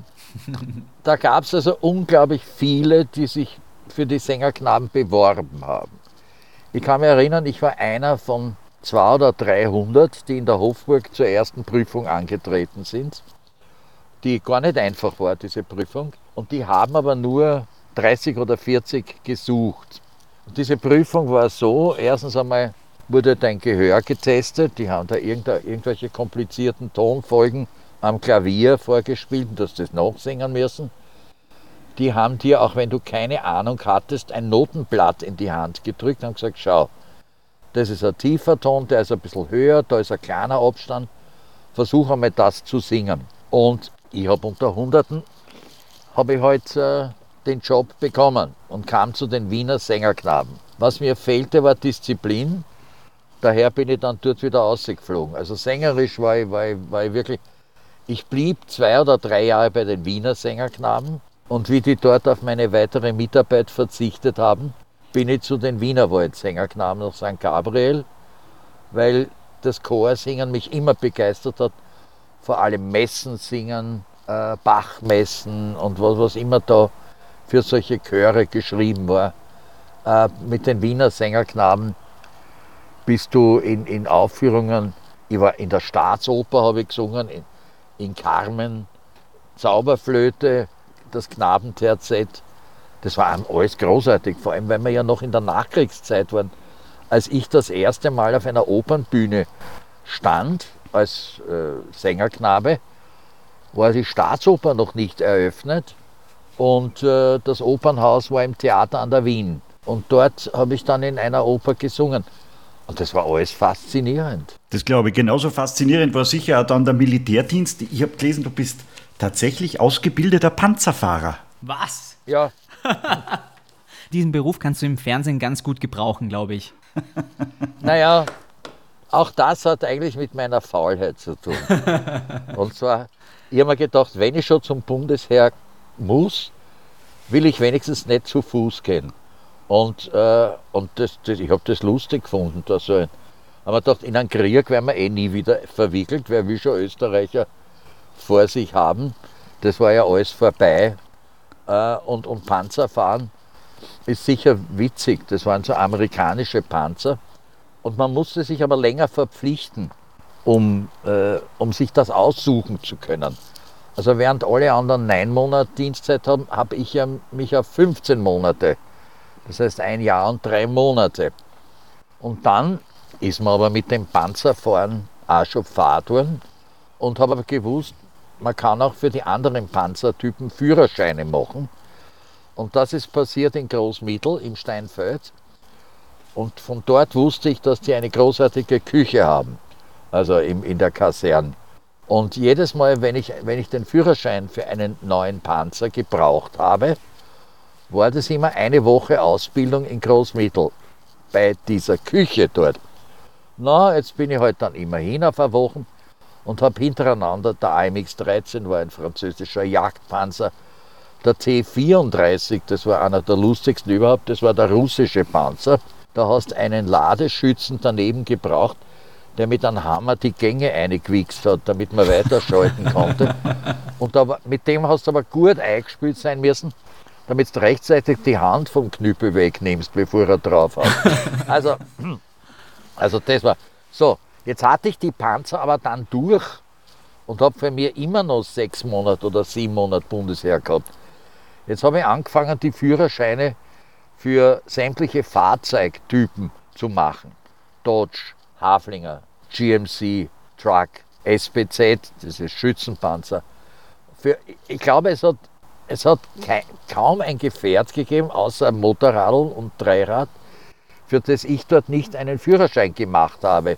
da gab es also unglaublich viele, die sich für die Sängerknaben beworben haben. Ich kann mich erinnern, ich war einer von zweihundert oder dreihundert, die in der Hofburg zur ersten Prüfung angetreten sind, die gar nicht einfach war, diese Prüfung. Und die haben aber nur dreißig oder vierzig gesucht. Und diese Prüfung war so, erstens einmal wurde dein Gehör getestet, die haben da irgendwelche komplizierten Tonfolgen am Klavier vorgespielt und du hast das nachsingen müssen. Die haben dir, auch wenn du keine Ahnung hattest, ein Notenblatt in die Hand gedrückt und haben gesagt, schau, das ist ein tiefer Ton, der ist ein bisschen höher, da ist ein kleiner Abstand, versuch einmal das zu singen. Und ich habe unter Hunderten, habe ich halt äh, den Job bekommen und kam zu den Wiener Sängerknaben. Was mir fehlte, war Disziplin. Daher bin ich dann dort wieder rausgeflogen. Also sängerisch war ich, war ich, war ich wirklich... Ich blieb zwei oder drei Jahre bei den Wiener Sängerknaben und wie die dort auf meine weitere Mitarbeit verzichtet haben, bin ich zu den Wienerwald-Sängerknaben nach Sankt Gabriel, weil das Chorsingen mich immer begeistert hat, vor allem Messen singen, äh, Bachmessen und was, was immer da für solche Chöre geschrieben war. Äh, mit den Wiener Sängerknaben bist du in, in Aufführungen, ich war in der Staatsoper, habe ich gesungen, in, in Carmen, Zauberflöte, das Knabenterzett. Das war alles großartig, vor allem weil wir ja noch in der Nachkriegszeit waren. Als ich das erste Mal auf einer Opernbühne stand, als äh, Sängerknabe, war die Staatsoper noch nicht eröffnet und äh, das Opernhaus war im Theater an der Wien. Und dort habe ich dann in einer Oper gesungen. Und das war alles faszinierend. Das glaube ich. Genauso faszinierend war sicher auch dann der Militärdienst. Ich habe gelesen, du bist tatsächlich ausgebildeter Panzerfahrer. Was? Ja. Diesen Beruf kannst du im Fernsehen ganz gut gebrauchen, glaube ich. Naja, auch das hat eigentlich mit meiner Faulheit zu tun. Und zwar, ich habe mir gedacht, wenn ich schon zum Bundesheer muss, will ich wenigstens nicht zu Fuß gehen. Und, äh, und das, das, ich habe das lustig gefunden. Da so ein, aber gedacht, in einen Krieg werden wir eh nie wieder verwickelt. Wer will schon Österreicher vor sich haben? Das war ja alles vorbei. Äh, und, und Panzerfahren ist sicher witzig. Das waren so amerikanische Panzer. Und man musste sich aber länger verpflichten, um, äh, um sich das aussuchen zu können. Also während alle anderen neun Monate Dienstzeit haben, habe ich ja mich auf fünfzehn Monate. Das heißt ein Jahr und drei Monate. Und dann ist man aber mit dem Panzerfahren auch schon gefahren worden und habe aber gewusst, man kann auch für die anderen Panzertypen Führerscheine machen. Und das ist passiert in Großmittel im Steinfeld. Und von dort wusste ich, dass die eine großartige Küche haben, also in, in der Kaserne. Und jedes Mal, wenn ich, wenn ich den Führerschein für einen neuen Panzer gebraucht habe, war das immer eine Woche Ausbildung in Großmittel bei dieser Küche dort. Na, jetzt bin ich halt dann immerhin auf eine Woche und habe hintereinander, der A M X dreizehn war ein französischer Jagdpanzer, der T vierunddreißig, das war einer der lustigsten überhaupt, das war der russische Panzer. Da hast du einen Ladeschützen daneben gebraucht, der mit einem Hammer die Gänge eingewichst hat, damit man weiterschalten konnte. Und da, mit dem hast du aber gut eingespielt sein müssen, damit du rechtzeitig die Hand vom Knüppel wegnimmst, bevor er drauf hat. Also, also das war so. Jetzt hatte ich die Panzer aber dann durch und habe für mich immer noch sechs Monate oder sieben Monate Bundesheer gehabt. Jetzt habe ich angefangen, die Führerscheine für sämtliche Fahrzeugtypen zu machen. Dodge, Haflinger, G M C, Truck, S P Z, das ist Schützenpanzer. Für, ich glaube, es hat, es hat kein, kaum ein Gefährt gegeben, außer Motorrad und Dreirad, für das ich dort nicht einen Führerschein gemacht habe.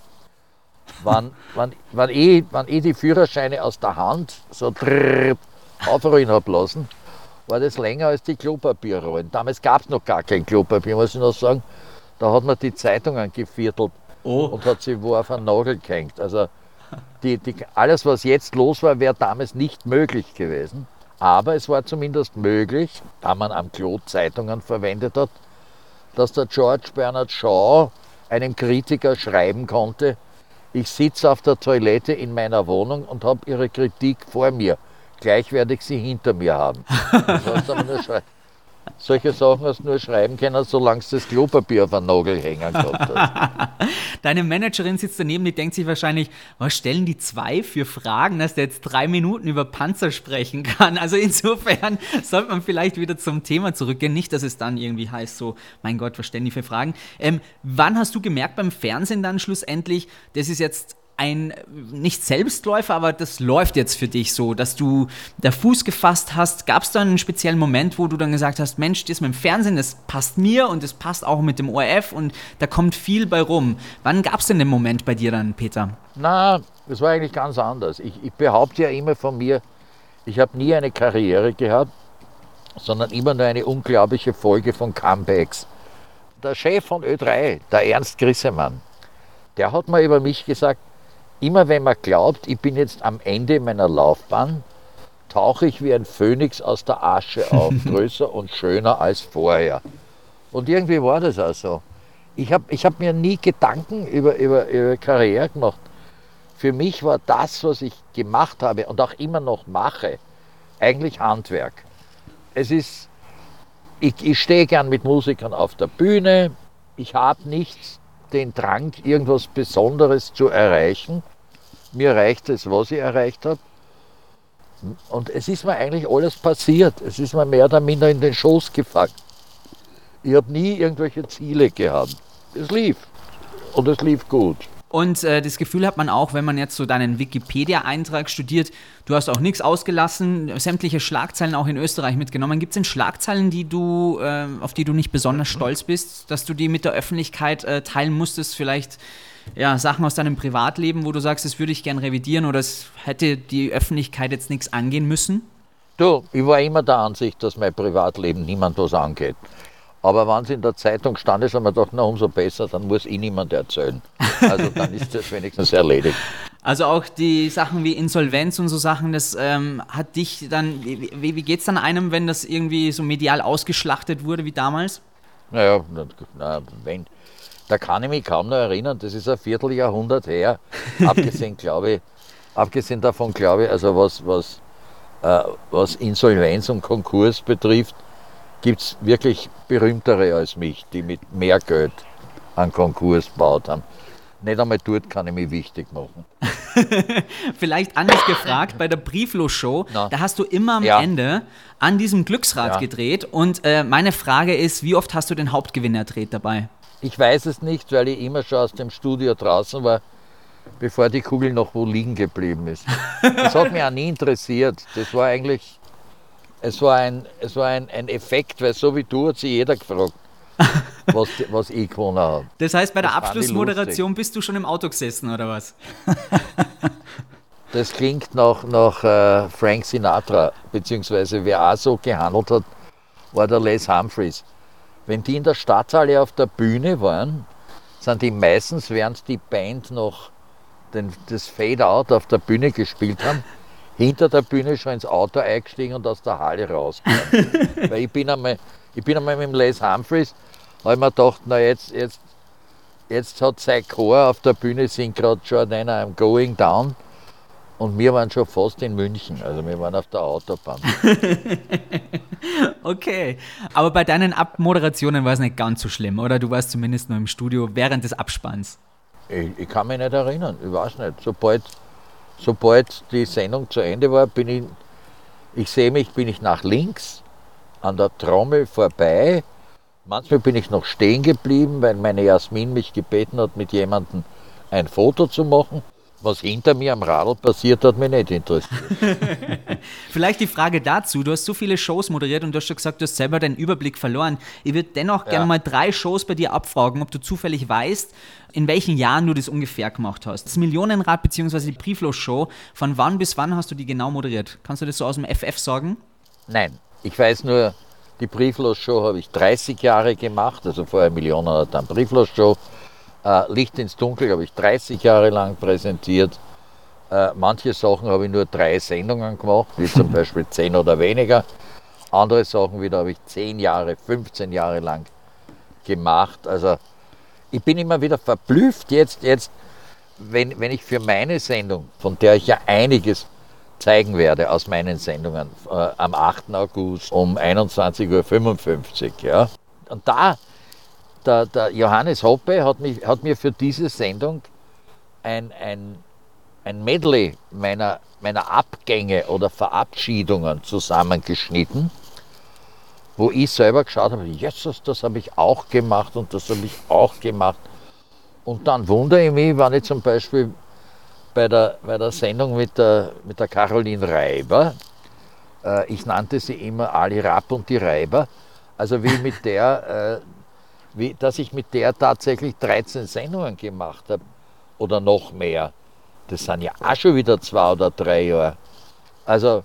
Wenn, wenn, wenn, ich, wenn ich die Führerscheine aus der Hand so drrrr aufrollen habe lassen, war das länger als die Klopapierrollen. Damals gab es noch gar kein Klopapier, muss ich noch sagen. Da hat man die Zeitungen geviertelt oh. und hat sie wo auf einen Nagel gehängt. Also die, die, alles, was jetzt los war, wäre damals nicht möglich gewesen. Aber es war zumindest möglich, da man am Klo Zeitungen verwendet hat, dass der George Bernard Shaw einem Kritiker schreiben konnte, ich sitze auf der Toilette in meiner Wohnung und habe Ihre Kritik vor mir. Gleich werde ich sie hinter mir haben. Das aber nur Solche Sachen hast du nur schreiben können, solange du das Klopapier auf einen Nagel hängen gehabt hast. Deine Managerin sitzt daneben, die denkt sich wahrscheinlich, was stellen die zwei für Fragen, dass der jetzt drei Minuten über Panzer sprechen kann. Also insofern sollte man vielleicht wieder zum Thema zurückgehen. Nicht, dass es dann irgendwie heißt, so, mein Gott, was stellen die für Fragen. Ähm, wann hast du gemerkt beim Fernsehen dann schlussendlich, das ist jetzt ein, nicht Selbstläufer, aber das läuft jetzt für dich so, dass du da Fuß gefasst hast. Gab es da einen speziellen Moment, wo du dann gesagt hast, Mensch, das mit dem Fernsehen, das passt mir und das passt auch mit dem O R F und da kommt viel bei rum. Wann gab es denn den Moment bei dir dann, Peter? Na, das war eigentlich ganz anders. Ich, ich behaupte ja immer von mir, ich habe nie eine Karriere gehabt, sondern immer nur eine unglaubliche Folge von Comebacks. Der Chef von Ö drei, der Ernst Grissemann, der hat mal über mich gesagt, immer wenn man glaubt, ich bin jetzt am Ende meiner Laufbahn, tauche ich wie ein Phönix aus der Asche auf, größer und schöner als vorher. Und irgendwie war das auch so. Ich habe ich hab mir nie Gedanken über, über, über Karriere gemacht. Für mich war das, was ich gemacht habe und auch immer noch mache, eigentlich Handwerk. Es ist, ich, ich stehe gern mit Musikern auf der Bühne. Ich habe nicht den Drang, irgendwas Besonderes zu erreichen. Mir reicht es, was ich erreicht habe. Und es ist mir eigentlich alles passiert. Es ist mir mehr oder minder in den Schoß gefallen. Ich habe nie irgendwelche Ziele gehabt. Es lief. Und es lief gut. Und äh, das Gefühl hat man auch, wenn man jetzt so deinen Wikipedia-Eintrag studiert, du hast auch nichts ausgelassen, sämtliche Schlagzeilen auch in Österreich mitgenommen. Gibt es denn Schlagzeilen, die du, äh, auf die du nicht besonders stolz bist, dass du die mit der Öffentlichkeit äh, teilen musstest? Vielleicht ja, Sachen aus deinem Privatleben, wo du sagst, das würde ich gern revidieren oder es hätte die Öffentlichkeit jetzt nichts angehen müssen? Du, ich war immer der Ansicht, dass mein Privatleben niemand was angeht. Aber wenn es in der Zeitung stand, ist, haben wir gedacht, na umso besser, dann muss ich niemand erzählen. Also dann ist das wenigstens erledigt. Also auch die Sachen wie Insolvenz und so Sachen, das ähm, hat dich dann, wie, wie geht es dann einem, wenn das irgendwie so medial ausgeschlachtet wurde wie damals? Naja, na, wenn, da kann ich mich kaum noch erinnern, das ist ein Vierteljahrhundert her. abgesehen, glaube ich, abgesehen davon glaube ich, also was, was, äh, was Insolvenz und Konkurs betrifft, gibt es wirklich berühmtere als mich, die mit mehr Geld einen Konkurs gebaut haben. Nicht einmal dort kann ich mich wichtig machen. Vielleicht anders gefragt, bei der Brieflos-Show, no. da hast du immer am ja. Ende an diesem Glücksrad ja. gedreht und äh, meine Frage ist, wie oft hast du den Hauptgewinner gedreht dabei? Ich weiß es nicht, weil ich immer schon aus dem Studio draußen war, bevor die Kugel noch wo liegen geblieben ist. Das hat mich auch nie interessiert. Das war eigentlich... Es war, ein, es war ein, ein Effekt, weil so wie du hat sich jeder gefragt, was, was ich gewonnen habe. Das heißt, bei der das Abschlussmoderation bist du schon im Auto gesessen, oder was? Das klingt nach, nach äh, Frank Sinatra, beziehungsweise wer auch so gehandelt hat, war der Les Humphreys. Wenn die in der Stadthalle auf der Bühne waren, sind die meistens, während die Band noch den, das Fade-Out auf der Bühne gespielt haben, hinter der Bühne schon ins Auto eingestiegen und aus der Halle rausgekommen. Weil ich bin einmal, ich bin einmal mit dem Les Humphreys, habe ich mir gedacht, na jetzt, jetzt, jetzt hat sein Chor auf der Bühne singt gerade Jordana, I'm going down. Und wir waren schon fast in München, also wir waren auf der Autobahn. Okay, aber bei deinen Abmoderationen war es nicht ganz so schlimm, oder? Du warst zumindest nur im Studio während des Abspanns. Ich, ich kann mich nicht erinnern, ich weiß nicht. Sobald Sobald die Sendung zu Ende war, bin ich, ich sehe mich, bin ich nach links an der Trommel vorbei. Manchmal bin ich noch stehen geblieben, weil meine Jasmin mich gebeten hat, mit jemandem ein Foto zu machen. Was hinter mir am Radl passiert, hat mich nicht interessiert. Vielleicht die Frage dazu, du hast so viele Shows moderiert und du hast schon gesagt, du hast selber den Überblick verloren. Ich würde dennoch ja. gerne mal drei Shows bei dir abfragen, ob du zufällig weißt, in welchen Jahren du das ungefähr gemacht hast. Das Millionenrad bzw. die Brieflos-Show, von wann bis wann hast du die genau moderiert? Kannst du das so aus dem F F sagen? Nein, ich weiß nur, die Brieflos-Show habe ich dreißig Jahre gemacht, also vorher Millionenrad, dann Brieflos-Show. Uh, Licht ins Dunkel habe ich dreißig Jahre lang präsentiert. Uh, manche Sachen habe ich nur drei Sendungen gemacht, wie zum Beispiel zehn oder weniger. Andere Sachen wieder habe ich zehn Jahre, fünfzehn Jahre lang gemacht. Also ich bin immer wieder verblüfft jetzt, jetzt wenn, wenn ich für meine Sendung, von der ich ja einiges zeigen werde aus meinen Sendungen, uh, am achten August um einundzwanzig Uhr fünfundfünfzig. Ja, und da Der, der Johannes Hoppe hat, mich, hat mir für diese Sendung ein, ein, ein Medley meiner, meiner Abgänge oder Verabschiedungen zusammengeschnitten, wo ich selber geschaut habe, Jesus, das habe ich auch gemacht und das habe ich auch gemacht. Und dann wundere ich mich, wenn ich zum Beispiel bei der, bei der Sendung mit der, mit der Caroline Reiber, äh, ich nannte sie immer Ali Rapp und die Reiber, also wie mit der... Äh, Wie, dass ich mit der tatsächlich dreizehn Sendungen gemacht habe oder noch mehr. Das sind ja auch schon wieder zwei oder drei Jahre. Also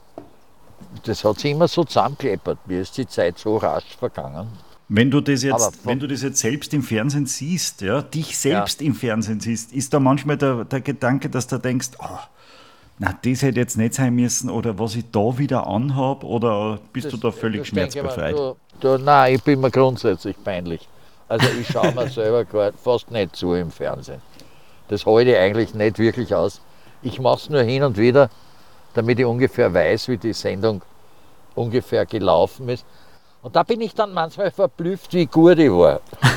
das hat sich immer so zusammengekleppert. Mir ist die Zeit so rasch vergangen. Wenn du das jetzt, wenn du das jetzt selbst im Fernsehen siehst, ja, dich selbst ja. im Fernsehen siehst, ist da manchmal der, der Gedanke, dass du denkst, oh, na, das hätte jetzt nicht sein müssen oder was ich da wieder anhabe oder bist Das- du da völlig das denke ich mir, schmerzbefreit? Du, du, nein, ich bin mir grundsätzlich peinlich. Also ich schaue mir selber grad fast nicht zu im Fernsehen. Das halte ich eigentlich nicht wirklich aus. Ich mache es nur hin und wieder, damit ich ungefähr weiß, wie die Sendung ungefähr gelaufen ist. Und da bin ich dann manchmal verblüfft, wie gut ich war.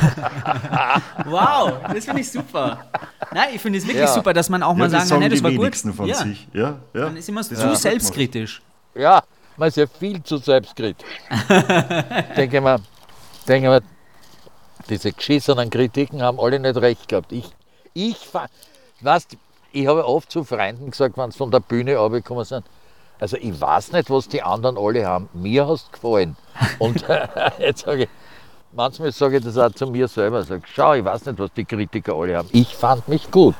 Wow, das finde ich super. Nein, ich finde es wirklich Ja. super, dass man auch Ja, mal das sagen kann, sagen hey, das die war gut. wenigsten von Ja. sich. Ja, ja. Man ist immer Das zu ist selbstkritisch. Ja, man ist ja viel zu selbstkritisch. denke mal, denke mal, diese geschissenen Kritiken haben alle nicht recht gehabt. Ich, ich, fa- weißt, ich habe oft zu Freunden gesagt, wenn sie von der Bühne runtergekommen sind, also ich weiß nicht, was die anderen alle haben. Mir hast gefallen. Und jetzt sage ich, manchmal sage ich das auch zu mir selber. Sag, schau, ich weiß nicht, was die Kritiker alle haben. Ich fand mich gut.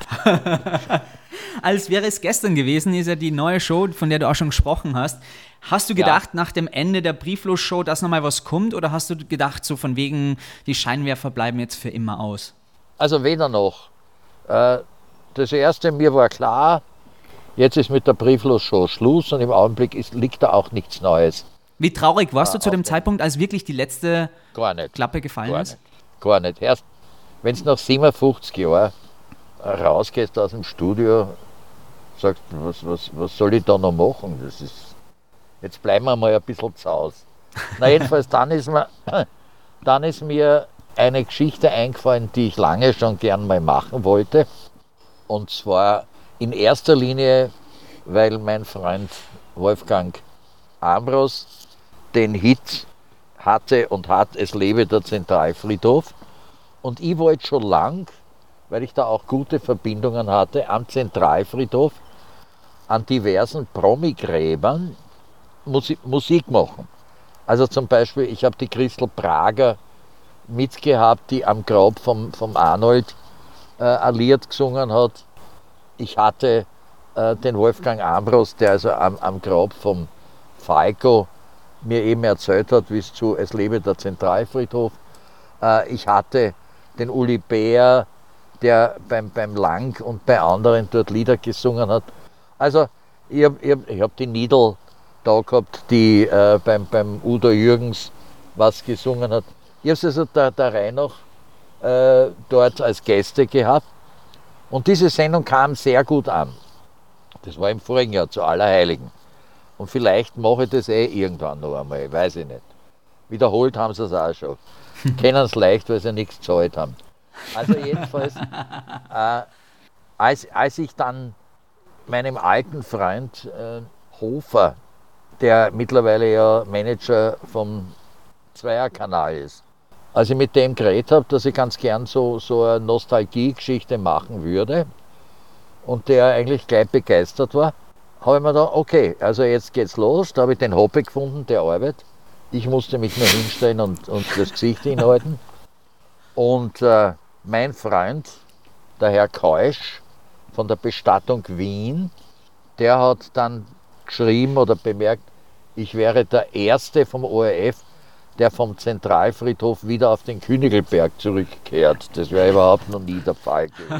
Als wäre es gestern gewesen, ist ja die neue Show, von der du auch schon gesprochen hast. Hast du gedacht, nach dem Ende der Brieflos-Show, dass nochmal was kommt? Oder hast du gedacht, so von wegen, die Scheinwerfer bleiben jetzt für immer aus? Also weder noch. Äh, Das erste, mir war klar, jetzt ist mit der Brieflos-Show Schluss und im Augenblick ist, liegt da auch nichts Neues. Wie traurig warst Ja, du zu dem auf den- Zeitpunkt, als wirklich die letzte Gar nicht. Klappe gefallen Gar ist? nicht. Gar nicht. Erst, wenn du nach siebenundfünfzig Jahren rausgehst aus dem Studio, sagst, was, was, was soll ich da noch machen? Das ist, jetzt bleiben wir mal ein bisschen zu Hause. Na jedenfalls, dann ist, mir, dann ist mir eine Geschichte eingefallen, die ich lange schon gern mal machen wollte. Und zwar in erster Linie, weil mein Freund Wolfgang Ambros den Hit hatte und hat, es lebe der Zentralfriedhof. Und ich wollte schon lang, weil ich da auch gute Verbindungen hatte, am Zentralfriedhof an diversen Promigräbern Musik, Musik machen. Also zum Beispiel, ich habe die Christel Prager mitgehabt, die am Grab vom, vom Arnold äh, ein Lied gesungen hat. Ich hatte äh, den Wolfgang Ambros, der also am, am Grab vom Falco mir eben erzählt hat, wie es zu Es lebe der Zentralfriedhof. Äh, ich hatte den Uli Bär, der beim, beim Lang und bei anderen dort Lieder gesungen hat. Also ich habe ich hab, ich hab die Nidel da gehabt, die äh, beim, beim Udo Jürgens was gesungen hat. Ich habe es also der, der Reihe nach äh, dort als Gäste gehabt. Und diese Sendung kam sehr gut an. Das war im vorigen Jahr zu Allerheiligen. Und vielleicht mache ich das eh irgendwann noch einmal, weiß ich nicht. Wiederholt haben sie es auch schon. Kennen es leicht, weil sie nichts gezahlt haben. Also jedenfalls, äh, als, als ich dann meinem alten Freund äh, Hofer, der mittlerweile ja Manager vom Zweierkanal ist, als ich mit dem geredet habe, dass ich ganz gern so, so eine Nostalgie-Geschichte machen würde und der eigentlich gleich begeistert war, habe ich mir gedacht, okay, also jetzt geht's los. Da habe ich den Hoppe gefunden, der arbeitet. Ich musste mich nur hinstellen und, und das Gesicht hinhalten. Und äh, mein Freund, der Herr Keusch von der Bestattung Wien, der hat dann geschrieben oder bemerkt, ich wäre der Erste vom O R F, der vom Zentralfriedhof wieder auf den Königelberg zurückkehrt. Das wäre überhaupt noch nie der Fall gewesen.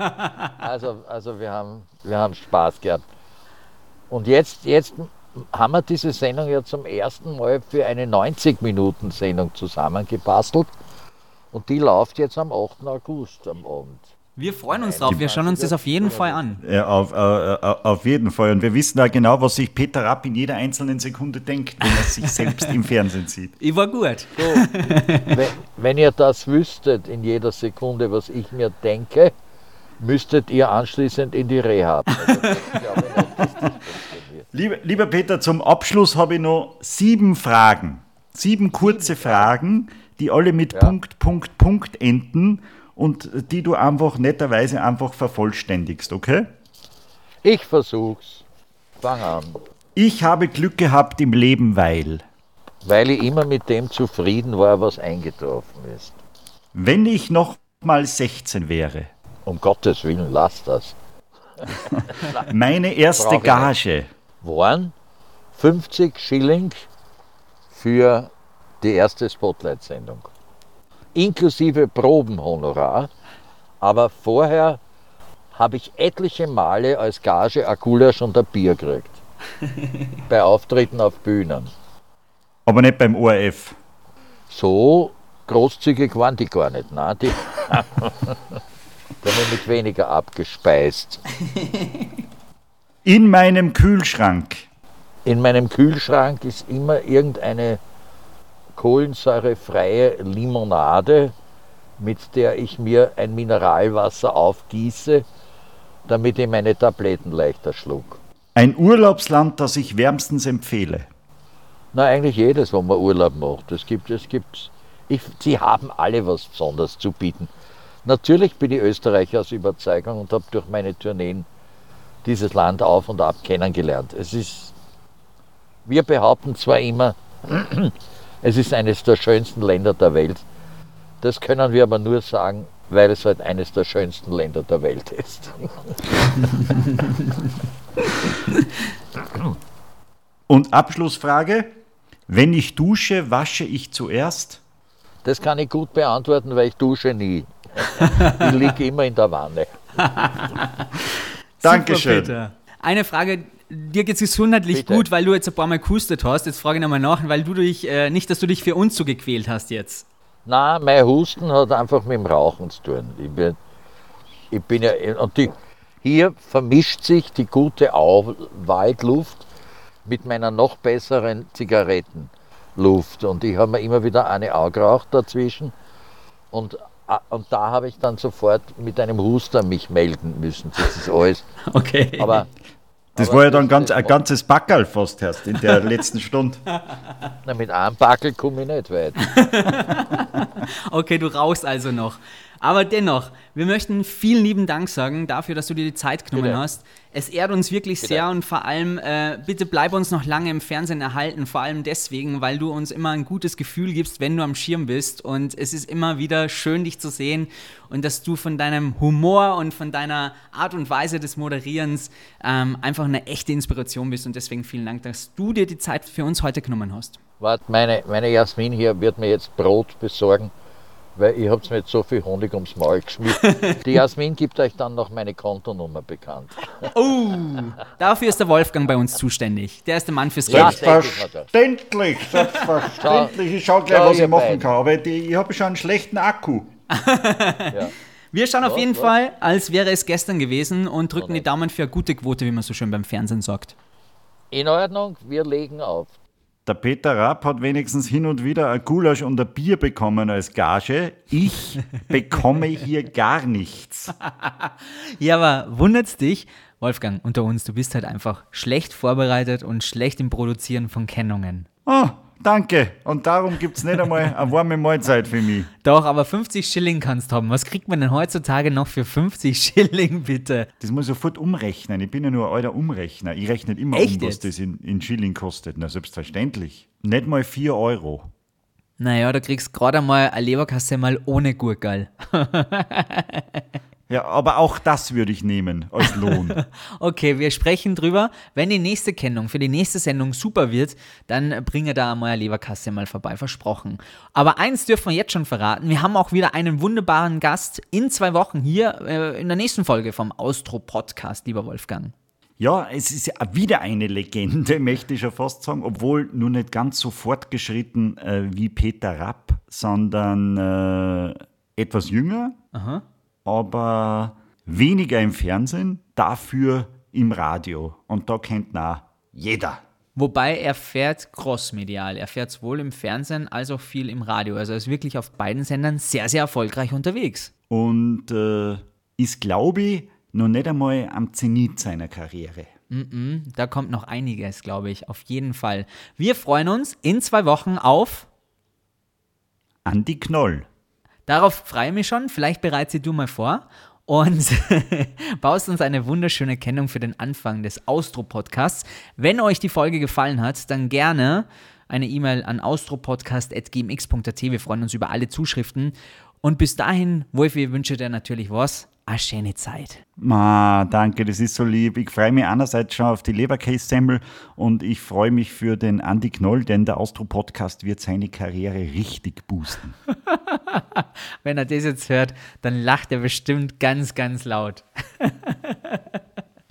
Also, also wir haben, wir haben Spaß gehabt. Und jetzt, jetzt haben wir diese Sendung ja zum ersten Mal für eine neunzig-Minuten-Sendung zusammengebastelt. Und die läuft jetzt am achten August am Abend. Wir freuen uns drauf, wir schauen uns das auf jeden Fall an. Ja, auf, äh, auf jeden Fall. Und wir wissen da genau, was sich Peter Rapp in jeder einzelnen Sekunde denkt, wenn er sich selbst im Fernsehen sieht. Ich war gut. So, wenn, wenn ihr das wüsstet in jeder Sekunde, was ich mir denke, müsstet ihr anschließend in die Rehab. Also, das glaube ich nicht, dass das funktioniert. Lieber, lieber Peter, zum Abschluss habe ich noch sieben Fragen. Sieben kurze Fragen, die alle mit Ja. Punkt, Punkt, Punkt enden und die du einfach netterweise einfach vervollständigst, okay? Ich versuch's. Fang an. Ich habe Glück gehabt im Leben, weil. Weil ich immer mit dem zufrieden war, was eingetroffen ist. Wenn ich noch mal sechzehn wäre. Um Gottes Willen, lass das. Meine erste Brauch ich Gage. Waren fünfzig Schilling für die erste habe ich etliche Male als Gage ein Gulasch und ein Bier gekriegt. Bei Auftritten auf Bühnen. Aber nicht beim O R F. So großzügig waren die gar nicht. Nein, die da bin ich mit weniger abgespeist. In meinem Kühlschrank. In meinem Kühlschrank ist immer irgendeine kohlensäurefreie Limonade, mit der ich mir ein Mineralwasser aufgieße, damit ich meine Tabletten leichter schluck. Ein Urlaubsland, das ich wärmstens empfehle. Na, eigentlich jedes, wo man Urlaub macht. Es gibt, es gibt, ich, sie haben alle was Besonderes zu bieten. Natürlich bin ich Österreicher aus Überzeugung und habe durch meine Tourneen dieses Land auf und ab kennengelernt. Es ist, wir behaupten zwar immer, es ist eines der schönsten Länder der Welt. Das können wir aber nur sagen, weil es halt eines der schönsten Länder der Welt ist. Und Abschlussfrage, wenn ich dusche, wasche ich zuerst? Das kann ich gut beantworten, weil ich dusche nie. Ich liege immer in der Wanne. Dankeschön. Super, Peter. Eine Frage, dir geht es gesundheitlich Bitte. gut, weil du jetzt ein paar Mal gehustet hast. Jetzt frage ich nochmal nach, weil du dich, äh, nicht, dass du dich für uns so gequält hast jetzt. Na, mein Husten hat einfach mit dem Rauchen zu tun. Ich bin, ich bin ja, und die, hier vermischt sich die gute Au- Waldluft mit meiner noch besseren Zigarettenluft. Und ich habe mir immer wieder eine geraucht dazwischen. Und, und da habe ich dann sofort mit einem Huster mich melden müssen. Das ist alles. Okay. Aber, Das aber war ja dann ganz, das- ein ganzes Backerl fast erst in der letzten Stunde. Na, mit einem Backel komme ich nicht weit. Okay, du rauchst also noch. Aber dennoch, wir möchten vielen lieben Dank sagen dafür, dass du dir die Zeit genommen Bitte. hast. Es ehrt uns wirklich Bitte. sehr und vor allem, äh, bitte bleib uns noch lange im Fernsehen erhalten. Vor allem deswegen, weil du uns immer ein gutes Gefühl gibst, wenn du am Schirm bist. Und es ist immer wieder schön, dich zu sehen und dass du von deinem Humor und von deiner Art und Weise des Moderierens ähm, einfach eine echte Inspiration bist. Und deswegen vielen Dank, dass du dir die Zeit für uns heute genommen hast. Warte, meine, meine Jasmin hier wird mir jetzt Brot besorgen, weil ich habe mir jetzt so viel Honig ums Maul geschmissen. Die Jasmin gibt euch dann noch meine Kontonummer bekannt. Oh, dafür ist der Wolfgang bei uns zuständig. Der ist der Mann fürs Ja, Geld. denke ich mir doch. Selbstverständlich, selbstverständlich. Ich schau gleich, Schau, was ich ihr machen beiden. kann. Aber die, ich habe schon einen schlechten Akku. Ja. Wir schauen auf Was, jeden was? Fall, als wäre es gestern gewesen und drücken Oh die nein. Daumen für eine gute Quote, wie man so schön beim Fernsehen sagt. In Ordnung, wir legen auf. Der Peter Rapp hat wenigstens hin und wieder ein Gulasch und ein Bier bekommen als Gage. Ich bekomme hier gar nichts. Ja, aber wundert's dich, Wolfgang, unter uns, du bist halt einfach schlecht vorbereitet und schlecht im Produzieren von Kennungen. Oh, danke. Und darum gibt es nicht einmal eine warme Mahlzeit für mich. Doch, aber fünfzig Schilling kannst du haben. Was kriegt man denn heutzutage noch für fünfzig Schilling, bitte? Das muss ich sofort umrechnen. Ich bin ja nur ein alter Umrechner. Ich rechne immer Echt um, was jetzt? das in, in Schilling kostet. Na, selbstverständlich. Nicht mal vier Euro. Naja, du kriegst gerade einmal eine Leberkasse mal ohne Gurkel. Ja, aber auch das würde ich nehmen als Lohn. Okay, wir sprechen drüber. Wenn die nächste Kennung für die nächste Sendung super wird, dann bringe da mal eine Leberkasse mal vorbei, versprochen. Aber eins dürfen wir jetzt schon verraten, wir haben auch wieder einen wunderbaren Gast in zwei Wochen hier äh, in der nächsten Folge vom Austro-Podcast, lieber Wolfgang. Ja, es ist ja wieder eine Legende, möchte ich schon fast sagen, obwohl nur nicht ganz so fortgeschritten äh, wie Peter Rapp, sondern äh, etwas jünger, Aha. aber weniger im Fernsehen, dafür im Radio. Und da kennt nah jeder. Wobei er fährt crossmedial. Er fährt sowohl im Fernsehen als auch viel im Radio. Also er ist wirklich auf beiden Sendern sehr, sehr erfolgreich unterwegs. Und äh, ist, glaube ich, noch nicht einmal am Zenit seiner Karriere. Mm-mm, da kommt noch einiges, glaube ich, auf jeden Fall. Wir freuen uns in zwei Wochen auf... Andi Knoll. Darauf freue ich mich schon. Vielleicht bereitest sie du mal vor und baust uns eine wunderschöne Kennung für den Anfang des Austro-Podcasts. Wenn euch die Folge gefallen hat, dann gerne eine E-Mail an austropodcast at g m x punkt a t. Wir freuen uns über alle Zuschriften. Und bis dahin, Wolfi, wünsche dir natürlich was. eine schöne Zeit. Ma, danke, das ist so lieb. Ich freue mich einerseits schon auf die Leberkässemmel und ich freue mich für den Andi Knoll, denn der Austro-Podcast wird seine Karriere richtig boosten. Wenn er das jetzt hört, dann lacht er bestimmt ganz, ganz laut.